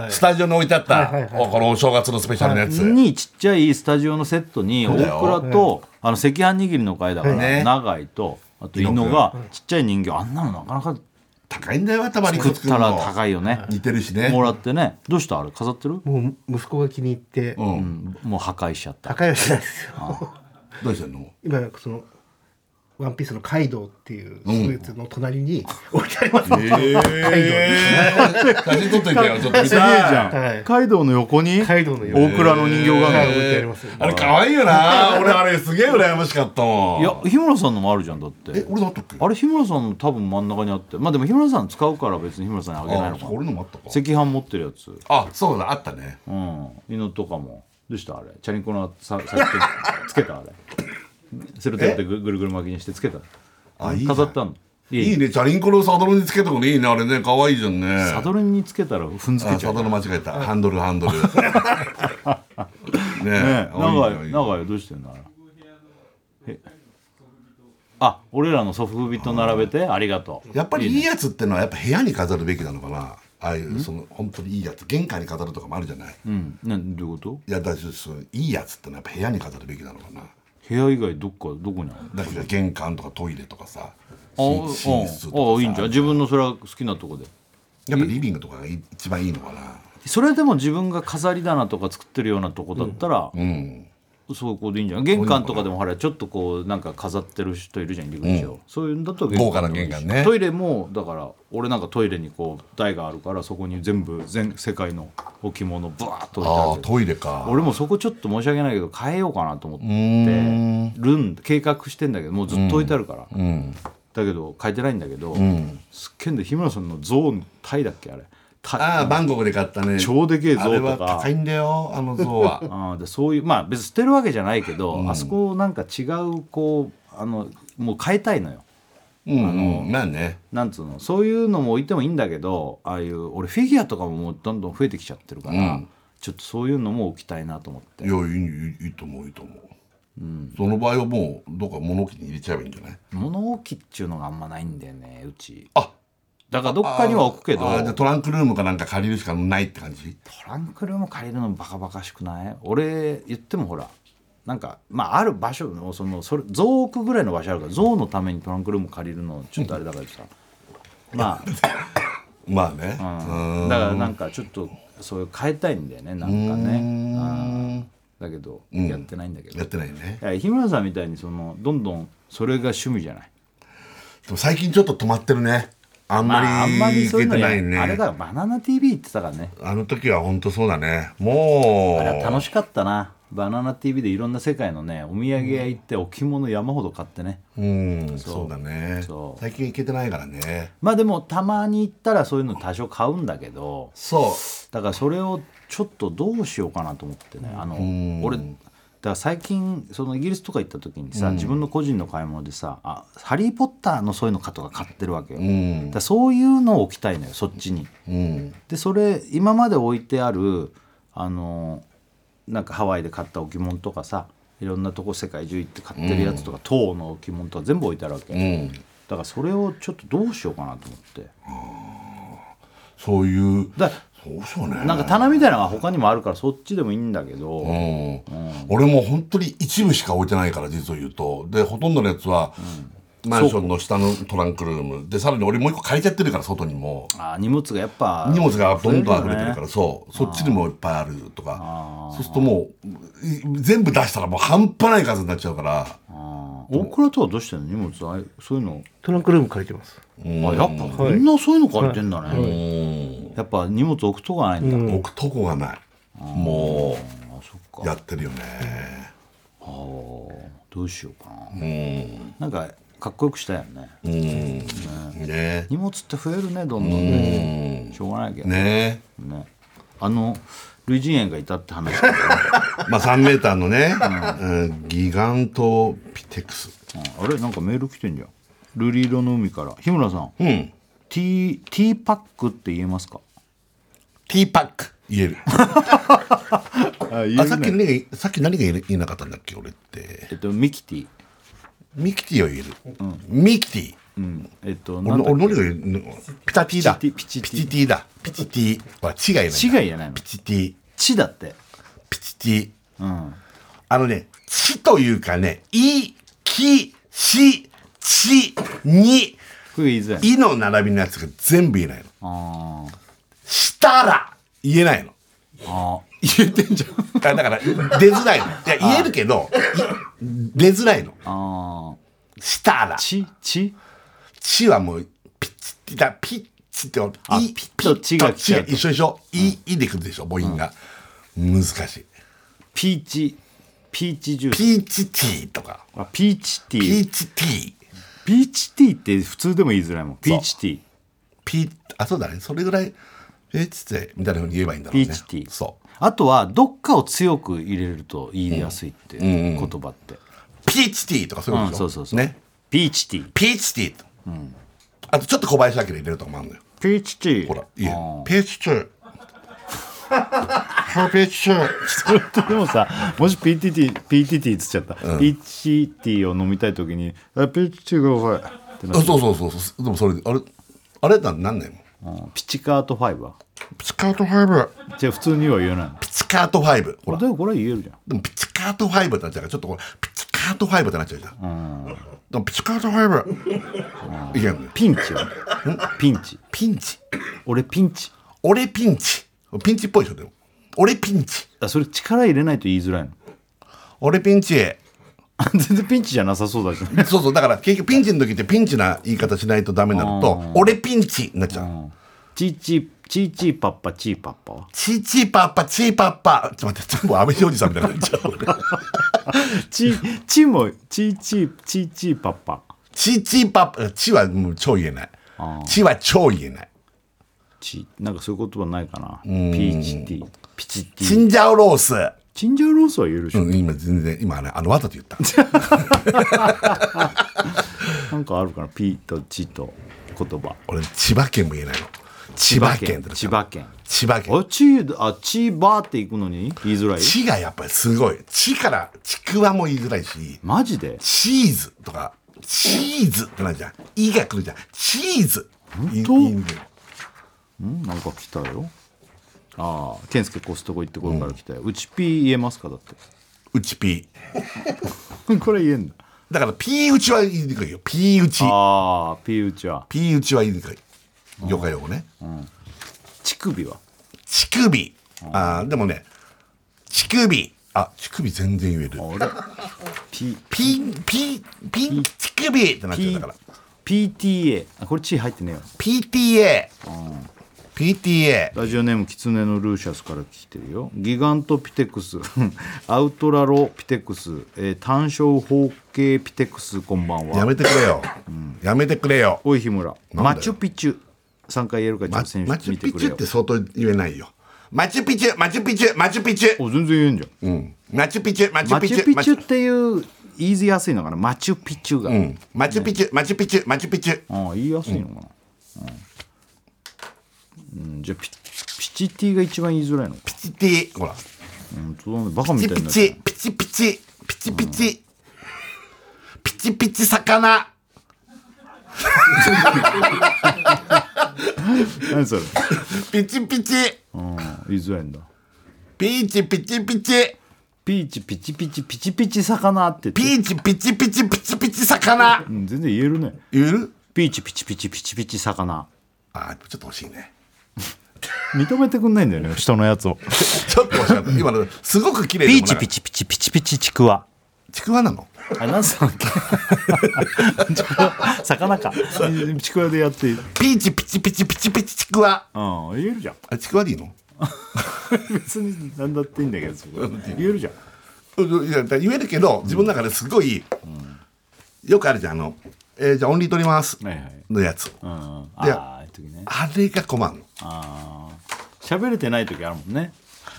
スタジオに置いてあったこのお正月のスペシャルのやつにちっちゃいスタジオのセットに大倉と赤飯握りの会だから永井とあと猪野がちっちゃい人形、あんなのなかなか高いんだよ。頭に作ったら高いよね。 似てるしね。 もらってね。どうしたあれ飾ってる？ もう息子が気に入って、 もう破壊しちゃった。 破壊はしないですよ。 どうしてんの？ 今そのワンピースのカイドウっていうスーツの隣に置いてあります。カイドウ写真撮っといてよ。ちょっと見すげえじたゃん。カイドウの横に大倉の人形が置いてあります。 あれ可愛いよな。俺あれすげえ羨ましかったもん。 いや日村さんのもあるじゃん。だって俺だったっけ？ あれ日村さんの多分真ん中にあって、まあでも日村さん使うから別に日村さんにあげないのかな。 俺のもあったか。 赤飯持ってるやつ。 そうだあったね。 犬とかもどうしたあれ。チャリンコのさっきつけたあれ。セロテープでぐるぐる巻きにしてつけた。飾ったの。 いいね。チャリンコのサドルにつけとくのいいね。あれね可愛いじゃんね。 サドルにつけたら踏んづけちゃう。 サドル間違えた。ハンドルねえ。長井どうしてんの？俺らのソフビと並べてありがとう。 やっぱりいいやつってのはやっぱ部屋に飾るべきなのかな。 ああいうその本当にいいやつ玄関に飾るとかもあるじゃない。 どういうこと？ いやだからそのいいやつってのはやっぱ部屋に飾るべきなのかな。 部屋以外どこにあるの？ だから玄関とかトイレとかさ、 寝室とかさ、いいんじゃん。自分のそれは好きなとこで。 やっぱリビングとかが一番いいのかな。 それでも自分が飾り棚とか作ってるようなとこだったら、そこでいいんじゃん。玄関とかでもほらちょっとこうなんか飾ってる人いるじゃん、入り口を、そういうんだと豪華な玄関ね。 トイレもだから俺なんかトイレにこう台があるからそこに全世界の置物バーッと置いてある。 ああトイレか。 俺もそこちょっと申し訳ないけど変えようかなと思って計画してんだけど、もうずっと置いてあるから、だけど変えてないんだけど、すっげえんで日村さんのゾーンタイだっけあれ。 バンコクで買ったね。 超でけえ像とか。 あれは高いんだよあの像は。 でそういうまあ別に捨てるわけじゃないけど、あそこなんか違うこうもう変えたいのよ。 まあね。 なんつうの、そういうのも置いてもいいんだけど、ああいう俺フィギュアとかももうどんどん増えてきちゃってるから、ちょっとそういうのも置きたいなと思って。 いやいいと思ういいと思う。その場合はもうどっか物置に入れちゃえばいいんじゃない？ 物置っちゅうのがあんまないんだよねうち。だからどっかには置くけど。 じゃあトランクルームかなんか借りるしかないって感じ？ トランクルーム借りるのバカバカしくない？俺言ってもほらなんかまあある場所のそれ象置くぐらいの場所あるから、象のためにトランクルーム借りるのちょっとあれだからさまあね、 だからなんかちょっとそういう変えたいんだよねなんかね。だけどやってないんだけど。 やってないね。 日村さんみたいにどんどんそれが趣味じゃない。 でも最近ちょっと止まってるね。あんまりそういうのいけてないね。 あれだバナナ TV って言ってたからね。 あの時は本当そうだね。もうあれは楽しかったな。バナナ TV でいろんな世界のねお土産屋行って置物山ほど買ってね。 そうだね。最近行けてないからね。 まあでもたまに行ったらそういうの多少買うんだけど、 そうだからそれをちょっとどうしようかなと思ってね。俺だから最近そのイギリスとか行った時にさ、自分の個人の買い物でさハリー・ポッターのそういうのとか買ってるわけよ。だからそういうのを置きたいのよそっちに。でそれ今まで置いてあるなんかハワイで買った置物とかさ、いろんなとこ世界中行って買ってるやつとか、塔の置物とか全部置いてあるわけ。だからそれをちょっとどうしようかなと思って。 そういうそうね、なんか棚みたいなのが他にもあるからそっちでもいいんだけど、 俺も本当に一部しか置いてないから実を言うと、でほとんどのやつは、マンションの下のトランクルームで、さらに俺もう一個借りちゃってるから外にも荷物がやっぱ荷物がどんどん溢れてるから、そっちにもいっぱいあるとか、そうするともう全部出したらもう半端ない数になっちゃうから。 大倉とはどうしてんの荷物そういうの？ トランクルーム借りてます。 やっぱみんなそういうの借りてんだね。やっぱ荷物置くとこがないんだ。 置くとこがない。もうやってるよね。 どうしようかな。なんかかっこよくしたいよね。荷物って増えるねどんどんね。しょうがないけどね。類人猿がいたって話。 まあ3メーターのね、ギガントピテクス。 あれなんかメール来てんじゃん。瑠璃色の海から日村さん。ティーパックって言えますか？ ティーパック言える。さっき何が言えなかったんだっけ俺って。 ミキティ。 ミキティを言える。ミキティ。俺何が言える？ピタティだ。ピチティだ。ピチティ。ほら違いない。 違いやないの。 ピチティ。 チだって。 ピチティ。チというかね、イ、キ、シ、チ、ニ。 これ言いづらい。 イの並びのやつが全部言えないの。したら言えないの。 言えてんじゃん。 だから出づらいの。いや言えるけど出づらいの。したら。チはもうピッチだピッチってピッとチが一緒でしょ。イでくるでしょ母音が。難しい。 ピーチジュース。 ピーチティーとか。 ピーチティー。 ピーチティー。 ピーチティーって普通でも言いづらいもん。ピーチティー。 そうだね。それぐらいピーチティーみたいなふうに言えばいいんだろうね。 ピーチティー。 そう。 あとはどっかを強く入れると言いやすいって言葉って。 ピーチティーとかそういうことでしょ。 そう。ね。ピーチティー。 ピーチティーと。あとちょっと小林明入れるとかもあるのよ。 ピーチティー。 ほらいいよ。ピーチティー。ピーチティー。 それってでもさ、もし PTT っつっちゃった。ピーチティーを飲みたいときにピーチティーがおいってなる。 そう。でもそれあれなんないもピチカート5はピチカート5。 じゃあ普通には言えないの。 ピチカート5。ほら。 でもこれは言えるじゃん。 でもピチカート5ってなっちゃうからちょっとこれピチカート5ってなっちゃうじゃん。でもピチカート5。いけんの。 ピンチはピンチ。 ピンチ。 俺ピンチ。 俺ピンチ。ピンチっぽいでしょでも。俺ピンチ。 それ力入れないと言いづらいの。 俺ピンチ。 全然ピンチじゃなさそうだしね。 そうそう、だから結局ピンチの時ってピンチな言い方しないとダメになると俺ピンチになっちゃう。 チーチーパッパチーパッパはチーチーパッパチーパッパ。ちょっと待って、全部安倍おじさんみたいになっちゃう。 チもチーパッパ。 チーチーパッパ。チはもう超言えない。チは超言えない。 なんかそういう言葉ないかな。ピーチティー。ピチティー。 チンジャオロース。 チンジャオロースは言えるでしょ。 今全然今ねわざと言った。 なんかあるかな。ピとチと言葉。 俺千葉県も言えないの。千葉県って千葉県。 千葉県。 千葉って行くのに言いづらい。 千がやっぱりすごい。千からちくわも言いづらいし。 マジで。 チーズとかチーズってなるじゃん。いが来るじゃん。チーズ。 本当？なんか来たよ。健介コストコ行ってこれから来たよ。うちピー言えますかだって。 うちピー。これ言えんだ。 だからピー打ちは言いにくいよ。ピー打ち。 ピー打ちは。 ピー打ちは言いにくい。業界用語ね。 乳首は。 乳首。でもね。乳首。乳首全然言える。ピン乳首ってなっちゃうから。 PTA。これチー入ってねえよ。 PTA。 ラジオネームキツネのルーシャスから来てるよ。ギガントピテクスアウトラロピテクス、単小方形ピテクス、こんばんは。 やめてくれよ、やめてくれよ。 おい日村、マチュピチュ3回言えるかちょっと選手マチュ見てくれよ。 ピチュって相当言えないよ。マチュピチュマチュピチュマチュピチュ。 全然言えんじゃん。 マチュピチュマチュピチュマチュピチュっていう言いやすいのかな。マチュピチュが、 マチュピチュマチュピチュマチュピチュ。 言いやすいのかな。じゃあピチティが一番言いづらいの。 ピチティ。ほら、 バカみたいになっピチピチピチピチピチピチピチ魚。 何それ。 ピチピチ。 言いづらいんだ。 ピチピチピチピーチピチピチピチピチ魚ってピーチピチピチピチピチ魚。 全然言えるね。 言える。 ピーチピチピチピチピチ魚。 ちょっと惜しいね。 認めてくんないんだよね、人のやつを。 ちょっと惜しかった。今のすごく綺麗。 ピーチピチピチピチピチちくわ。 ちくわなの。 なんすか。魚か。ちくわでやってピーチピチピチピチピチちくわ。 言えるじゃん。 ちくわでいいの。 別に何だっていいんだけど、言えるじゃん。いや言えるけど、自分の中ですごいよくあるじゃん。じゃあ音量取りますのやつ。あれが困るの。 喋れてない時あるもんね。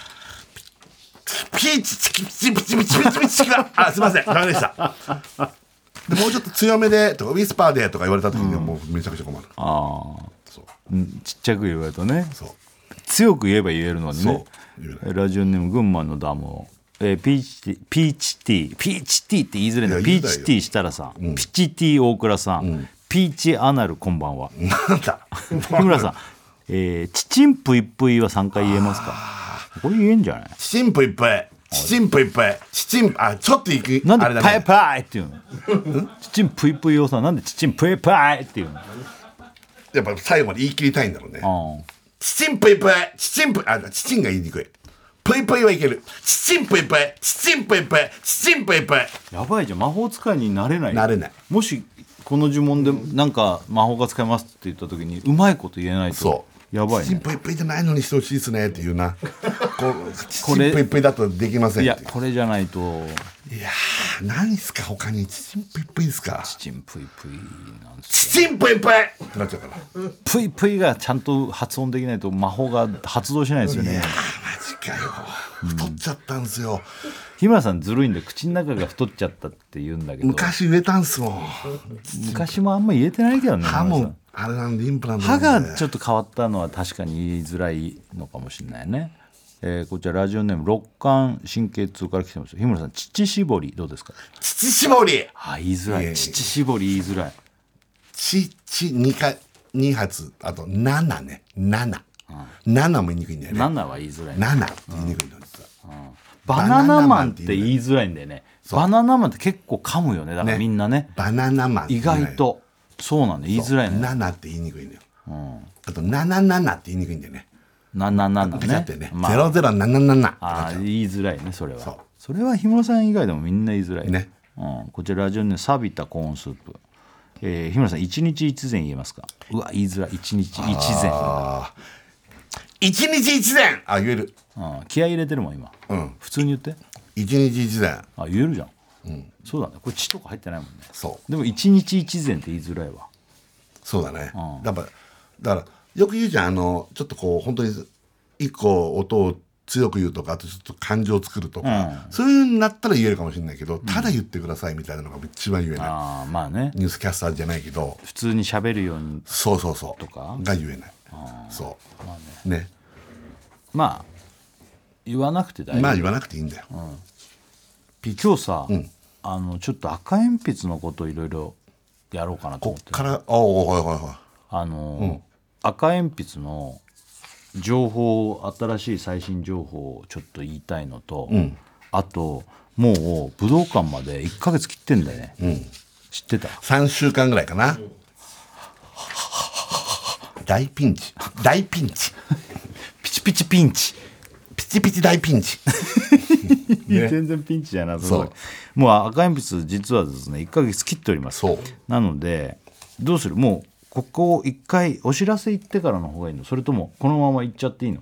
ピーチチキピチピチピチピチピチチキすいません、ダメでした。でもうちょっと強めでとかウィスパーでとか言われた時にはもうめちゃくちゃ困る。 ちっちゃく言われるとね。強く言えば言えるのにね。ラジオネーム群馬のダムをピーチティって言いづらいの。ピーチティしたらさ、ピチティ大倉さん、ピーチアナルこんばんは。 なんだ日村さん、チチンプイプイは3回言えますか。これ言えんじゃない。 チチンプイプイチチンプイプイチチンちょっといく。 なんでパイパイっていうの。チチンプイプイをさ、なんでチチンプイパイっていうの。 やっぱ最後まで言い切りたいんだろうね。チチンプイプイチチンプチチンが言いにくい。プイプイはいける。チチンプイプイチチンプイプイチチンプイプイ。 やばいじゃん、魔法使いになれない。 なれない。 もしこの呪文でなんか魔法が使えますって言った時にうまいこと言えないとやばいね。 チチンプイプイじゃないのにしてほしいですねっていうな。チチンプイプイだとできません。 いやこれじゃないと。 いや何ですか他に。チチンプイプイですか。 チチンプイプイなんですチチンプイプイってなっちゃうから。 プイプイがちゃんと発音できないと魔法が発動しないですよね。 いやマジかよ。太っちゃったんですよ。 日村さんずるいんで口の中が太っちゃったって言うんだけど。 昔言えたんすもん。 昔もあんま言えてないけどね。 歯もあれなんでインプラント歯がちょっと変わったのは確かに言いづらいのかもしれないね。こちらラジオネーム六冠神経痛から来てます。日村さん乳搾りどうですか。 乳搾り。 言いづらい。乳搾り言いづらい。 乳2回 2発あと7ね7も言いにくいんだよね。 7は言いづらい、 7って言いにくいの実は、 バナナマンって言いづらいんだよね。バナナマンって結構噛むよね。だからみんなねバナナマン意外とそうなんで言いづらいね。 7って言いにくいんだよ、あと77って言いにくいんだよね。 77 ピカってね、 まあ、 0077 あ言いづらいね。それは氷室さん以外でもみんな言いづらいね、 こちらラジオネーム錆びたコーンスープ、氷室さん1日1膳言えますか。うわ言いづらい。1日1膳 1日1膳言える、 気合い入れてるもん今、普通に言って 1日1膳言えるじゃん、そうだね。これ血とか入ってないもんね。 そうでも1日1膳って言いづらいわ。 そうだね、だからよく言うじゃん、ちょっとこう本当に一個音を強く言うとか、あとちょっと感情を作るとか、そういうになったら言えるかもしれないけど、ただ言ってくださいみたいなのが一番言えない。 まあね、 ニュースキャスターじゃないけど普通に喋るようにそうとかが言えない。そうまあね、 まあ言わなくて大丈夫。 まあ言わなくていいんだよ、 今日さ、ちょっと赤鉛筆のことをいろいろやろうかなと思ってこっから赤鉛筆の情報、新しい最新情報をちょっと言いたいのと、あともう武道館まで1ヶ月切ってんだよね、知ってた ？3週間ぐらいかな、大ピンチピチピチピンチピチピチ大ピンチ全然ピンチじゃなさそう。もう赤鉛筆実はですね1ヶ月切っております。なのでどうする？もうここを一回お知らせ行ってからの方がいいの？それともこのまま行っちゃっていいの？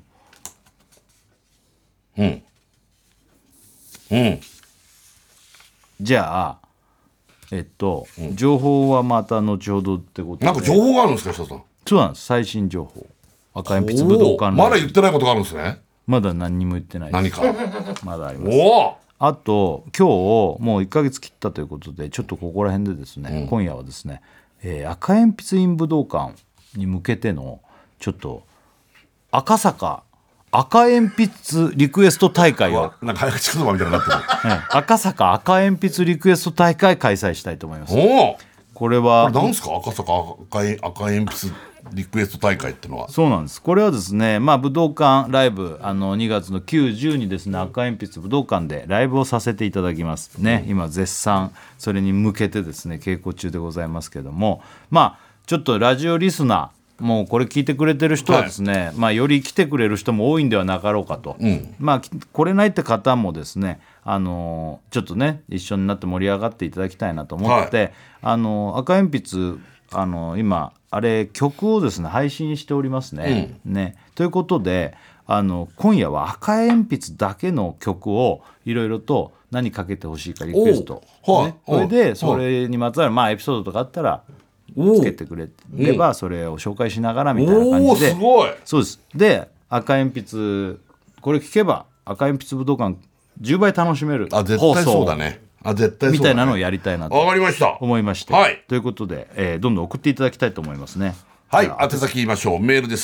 じゃあ情報はまた後ほどってことで。 なんか情報があるんですか、人さん？ そうなんです。最新情報。赤鉛筆武道館まだ言ってないことがあるんですね。 まだ何にも言ってないです。 何かまだあります。あと今日もう1ヶ月切ったということで、ちょっとここら辺でですね、今夜はですね、赤鉛筆院武道館に向けてのちょっと赤坂赤鉛筆リクエスト大会をなんか早口言葉みたいになってる、 赤坂赤鉛筆リクエスト大会開催したいと思います。これは何ですか？赤坂赤鉛筆リクエスト大会ってのは。 そうなんです。これはですね、武道館ライブ2月の9、10にですね、赤鉛筆武道館でライブをさせていただきますね。今絶賛それに向けてですね稽古中でございますけども、ちょっとラジオリスナーもうこれ聞いてくれてる人はですね、より来てくれる人も多いんではなかろうかと、来れないって方もですねちょっとね一緒になって盛り上がっていただきたいなと思って、赤鉛筆今あれ曲をですね配信しておりますね。ということで今夜は赤鉛筆だけの曲をいろいろと何かけてほしいかリクエスト、それでそれにまつわるエピソードとかあったらつけてくれればそれを紹介しながらみたいな感じで。 すごい。 そうです。で赤鉛筆これ聞けば赤鉛筆武道館10倍楽しめる絶対そうだね。絶対そうだねみたいなのをやりたいなと思いまして、ということで、どんどん送っていただきたいと思いますね。 はい、宛先言いましょう。メールです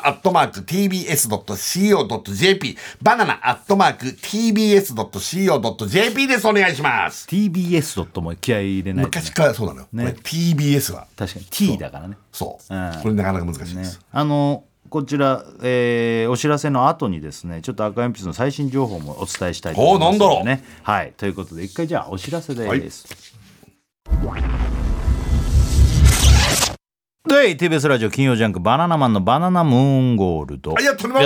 。banana@tbs.co.jp banana@tbs.co.jp です。お願いします。 TBS. も気合い入れないと、ね、 昔からそうなのよ、これ TBS は確かに T だからね。 そう、これなかなか難しいです、 こちら、お知らせの後にですねちょっと赤鉛筆の最新情報もお伝えしたいと思いますのでね。はい、ということで一回じゃあお知らせです。で TBS ラジオ金曜ジャンクバナナマンのバナナムーンゴールドやっております。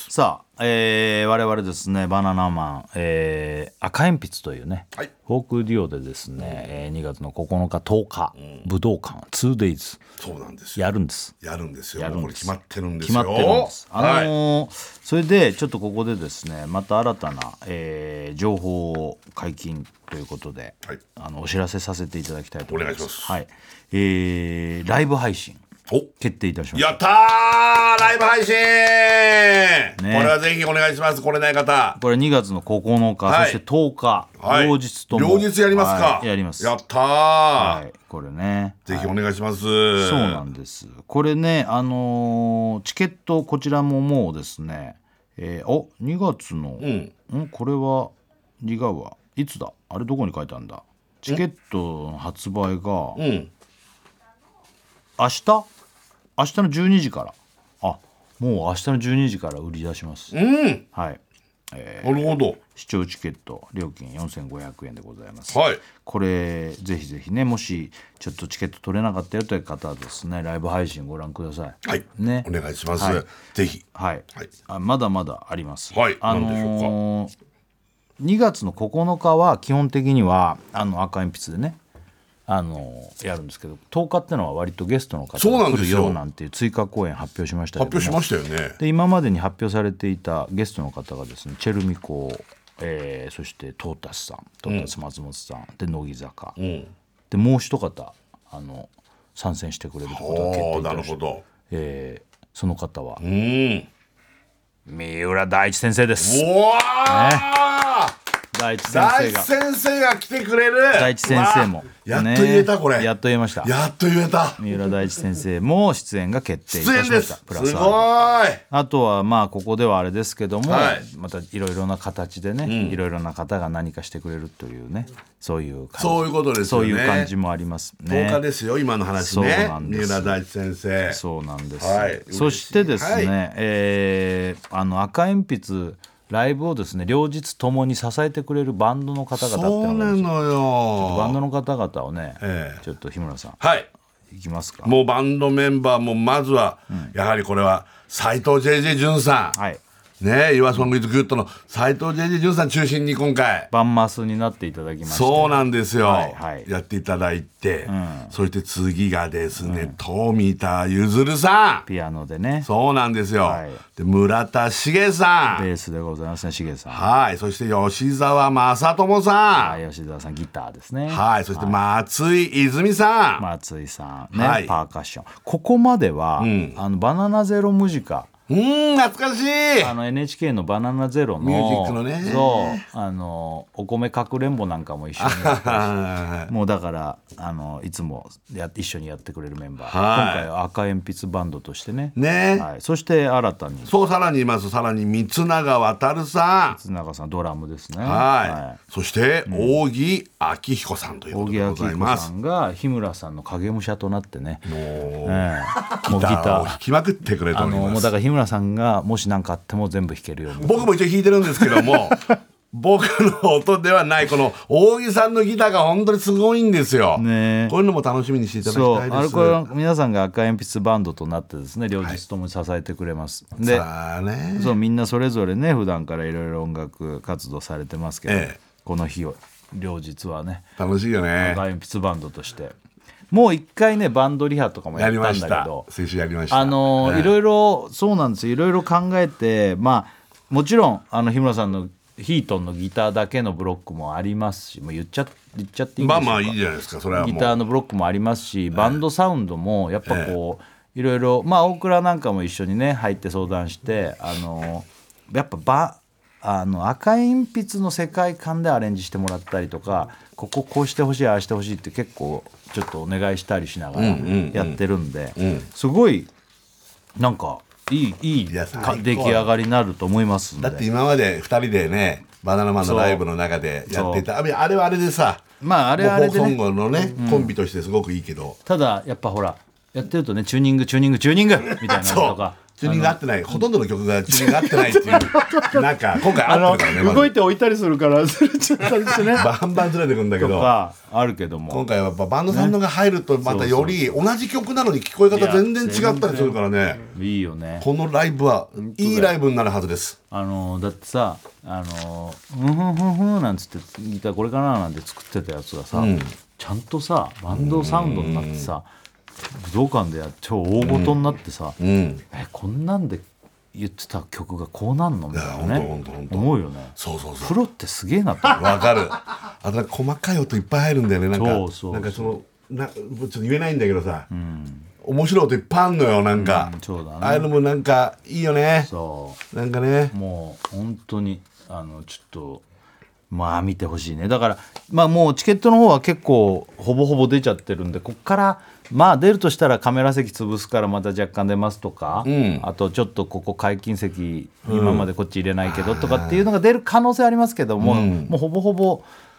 さあ、我々ですねバナナマン、赤鉛筆というね、フォークデュオでですね、2月の9日10日、武道館 2days そうなんですよ。 やるんです。 これ決まってるんですよ。 決まってるんです。 それでちょっとここでですねまた新たな、情報を解禁ということで、お知らせさせていただきたいと思います。 お願いします。 はい、ライブ配信決定いたしました。 やったー、ライブ配信、これはぜひお願いします。来れない方、 これ2月の9日、そして10日、両日とも両日やりますか。 やります。 やったー、 これねぜひお願いします。 そうなんです。これねチケットこちらももうですね、2月の、これは違うわ、いつだあれ、どこに書いてあるんだ。チケットの発売が、明日明日の12時からもう明日の12時から売り出します。はい、 なるほど。 視聴チケット料金4500円でございます。 はい、 これぜひぜひね、もしちょっとチケット取れなかったよという方はですね、ライブ配信ご覧ください。 はい、 ね、 お願いします。 はい、 ぜひ。 はい、まだまだあります。 はい、何でしょうか。 2月の9日は基本的には赤鉛筆でねやるんですけど、10日ってのは割とゲストの方が来るよなんていう追加公演発表しましたけども、 発表しましたよね。 で今までに発表されていたゲストの方がですね、チェルミコ、そしてトータスさん、トータス松本さん、で乃木坂、でもう一方参戦してくれることが決定いたしました。なるほど。その方は三浦大知先生です。大知先生が来てくれる。 大知先生もやっと言えた、これやっと言えました。 やっと言えた。 三浦大知先生も出演が決定いたしました。プラスすごい。 あとはまあここではあれですけども、またいろいろな形でね、いろいろな方が何かしてくれるというね、そういう感じ、 そういうことですよね。 そういう感じもありますね。 10日ですよ今の話ね。 そうなんです。 三浦大知先生。 そうなんです。そしてですね、赤鉛筆ライブをですね、両日ともに支えてくれるバンドの方々ってそうなのよ。 バンドの方々をね、ちょっと日村さん、いきますか。 もうバンドメンバーもまずは、やはりこれは斉藤 JJ 潤さん、ね、YourSong is Good の斉藤 JJ 潤さん中心に今回バンマスになっていただきまして、 そうなんですよ、やっていただいて、そして次がですね、富田譲さん、 ピアノでね、 そうなんですよ、で村田茂さん、 ベースでございますね、茂さん、そして吉沢正智さん、吉沢さんギターですね、 そして松井泉さん、 松井さんね、パーカッション。ここまでは、バナナゼロムジカ、 懐かしい。 NHK のバナナゼロのミュージックのね、 そうお米かくれんぼなんかも一緒にやったしもうだからいつも一緒にやってくれるメンバー、今回は赤鉛筆バンドとしてね、そして新たにさらにいます。さらに三永渡さん、 三永さんドラムですね、 そして扇明彦さんということでございます。 扇明彦さんが日村さんの影武者となってね、 もうギターを弾きまくってくれております。 もうだから日村さんがもし何かあっても全部弾けるように、 僕も一応弾いてるんですけども僕の音ではないこの扇さんのギターが本当にすごいんですよ、こういうのも楽しみにしていただきたいです。 これ皆さんが赤鉛筆バンドとなってですね、両日とも支えてくれます、でそうみんなそれぞれね普段からいろいろ音楽活動されてますけど、この日を両日はね楽しいよね、 赤鉛筆バンドとしてもう一回ねバンドリハとかもやったんだけど、 先週やりました。 いろいろそうなんですよ、いろいろ考えて、まあもちろん日村さんのヒートンのギターだけのブロックもありますし、もう言っちゃっていいんでしょうか。 まあいいじゃないですか。それはもうギターのブロックもありますし、バンドサウンドもやっぱこういろいろ、まあ大倉なんかも一緒にね入って相談して、やっぱ赤鉛筆の世界観でアレンジしてもらったりとか、こうしてほしいああしてほしいって結構ちょっとお願いしたりしながらやってるんで、すごいなんかいい出来上がりになると思いますんで。 だって今まで2人でねバナナマンのライブの中でやっていた、あれはあれでさ、 まああれはあれでね、 今後のね、コンビとしてすごくいいけど、 ただやっぱほらやってるとねチューニングみたいなのとかチューニング合ってない、ほとんどの曲がチューニング合ってないっていうなんか今回合ってるからね、 動いて置いたりするからずれちゃったりしてねバンバンずれてくんだけどあるけども、 今回はやっぱバンドサウンドが入るとまたより同じ曲なのに聞こえ方全然違ったりするからね、 いいよね。 このライブはいいライブになるはずです。 だってさふんなんつってギターこれかななんて作ってたやつがさ、ちゃんとさバンドサウンドになってさ、武道館で超大ごとになってさ、こんなんで言ってた曲がこうなんのみたいなね、思うよね。 そうプロってすげえなってわかる。あと細かい音いっぱい入るんだよね。なんかちょっと言えないんだけどさ、面白い音いっぱいあんのよ、なんか、ああいうのもなんかいいよね。なんかね、 もう本当にちょっとまあ見てほしいね。だからまあもうチケットの方は結構ほぼほぼ出ちゃってるんで、こっからまあ出るとしたらカメラ席潰すからまた若干出ますとか、あとちょっとここ解禁席今までこっち入れないけどとかっていうのが出る可能性ありますけども、もうほぼほぼ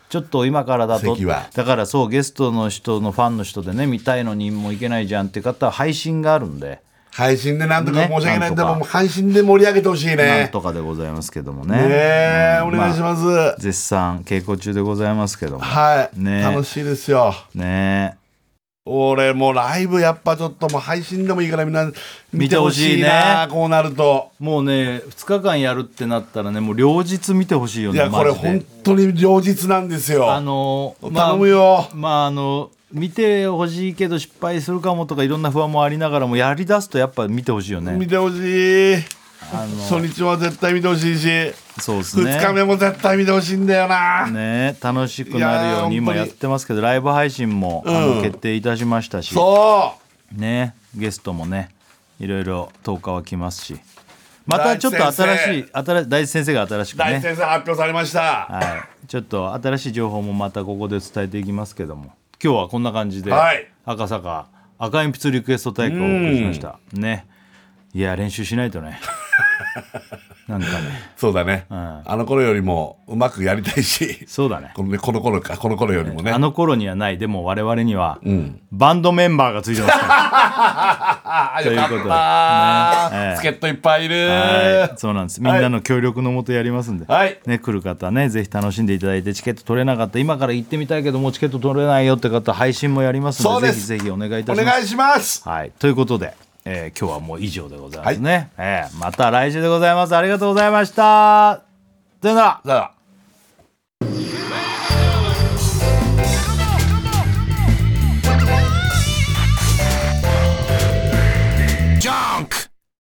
ちょっと今からだと席はだからそうゲストの人のファンの人でね見たいのにもういけないじゃんっていう方は配信があるんで配信でなんとかね申し訳ないんで、 なんとかもう配信で盛り上げてほしいなんね。 とかでございますけどもねねえ、お願いしまあます。 絶賛稽古中でございますけどもはい、 ね楽しいですよ。 ね俺もうライブやっぱちょっともう配信でもいいからみんな見てほしい見てほしいな、 ねこうなると。 もうね2日間やるってなったらねもう両日見てほしいよねいやこれマジで本当に両日なんですよ。頼むよ。 まあ見てほしいけど失敗するかもとかいろんな不安もありながらもやりだすとやっぱ見てほしいよね見てほしい。初日は絶対見てほしいし、 そうですね 2日目も絶対見てほしいんだよな。 ね楽しくなるようにいやー今やってますけどライブ配信も、決定いたしましたしそねゲストもねいろいろ10日は来ますしまたちょっと新しい大地先生が新しう、 くね大先生発表されました。 はい、ちょっと新しい情報もまたここで伝えていきますけども今日はこんな感じで、 はい赤坂赤鉛筆リクエスト大会をお送りしましたね。いや練習しないとねなんかねそうだね、あの頃よりもうまくやりたいし、 そうだねこの頃よりもね、 あの頃にはないでも我々には、バンドメンバーがついてますからということで、ね助っ人いっぱいいる、 はい、そうなんですみんなの協力のもとやりますんで、 はいね、来る方ねぜひ楽しんでいただいてチケット取れなかった今から行ってみたいけどもうチケット取れないよって方配信もやりますのでそうですぜひぜひお願いいたします。 お願いします。 はい、ということで、今日はもう以上でございますね、また来週でございます。ありがとうございました。さよなら。 さあ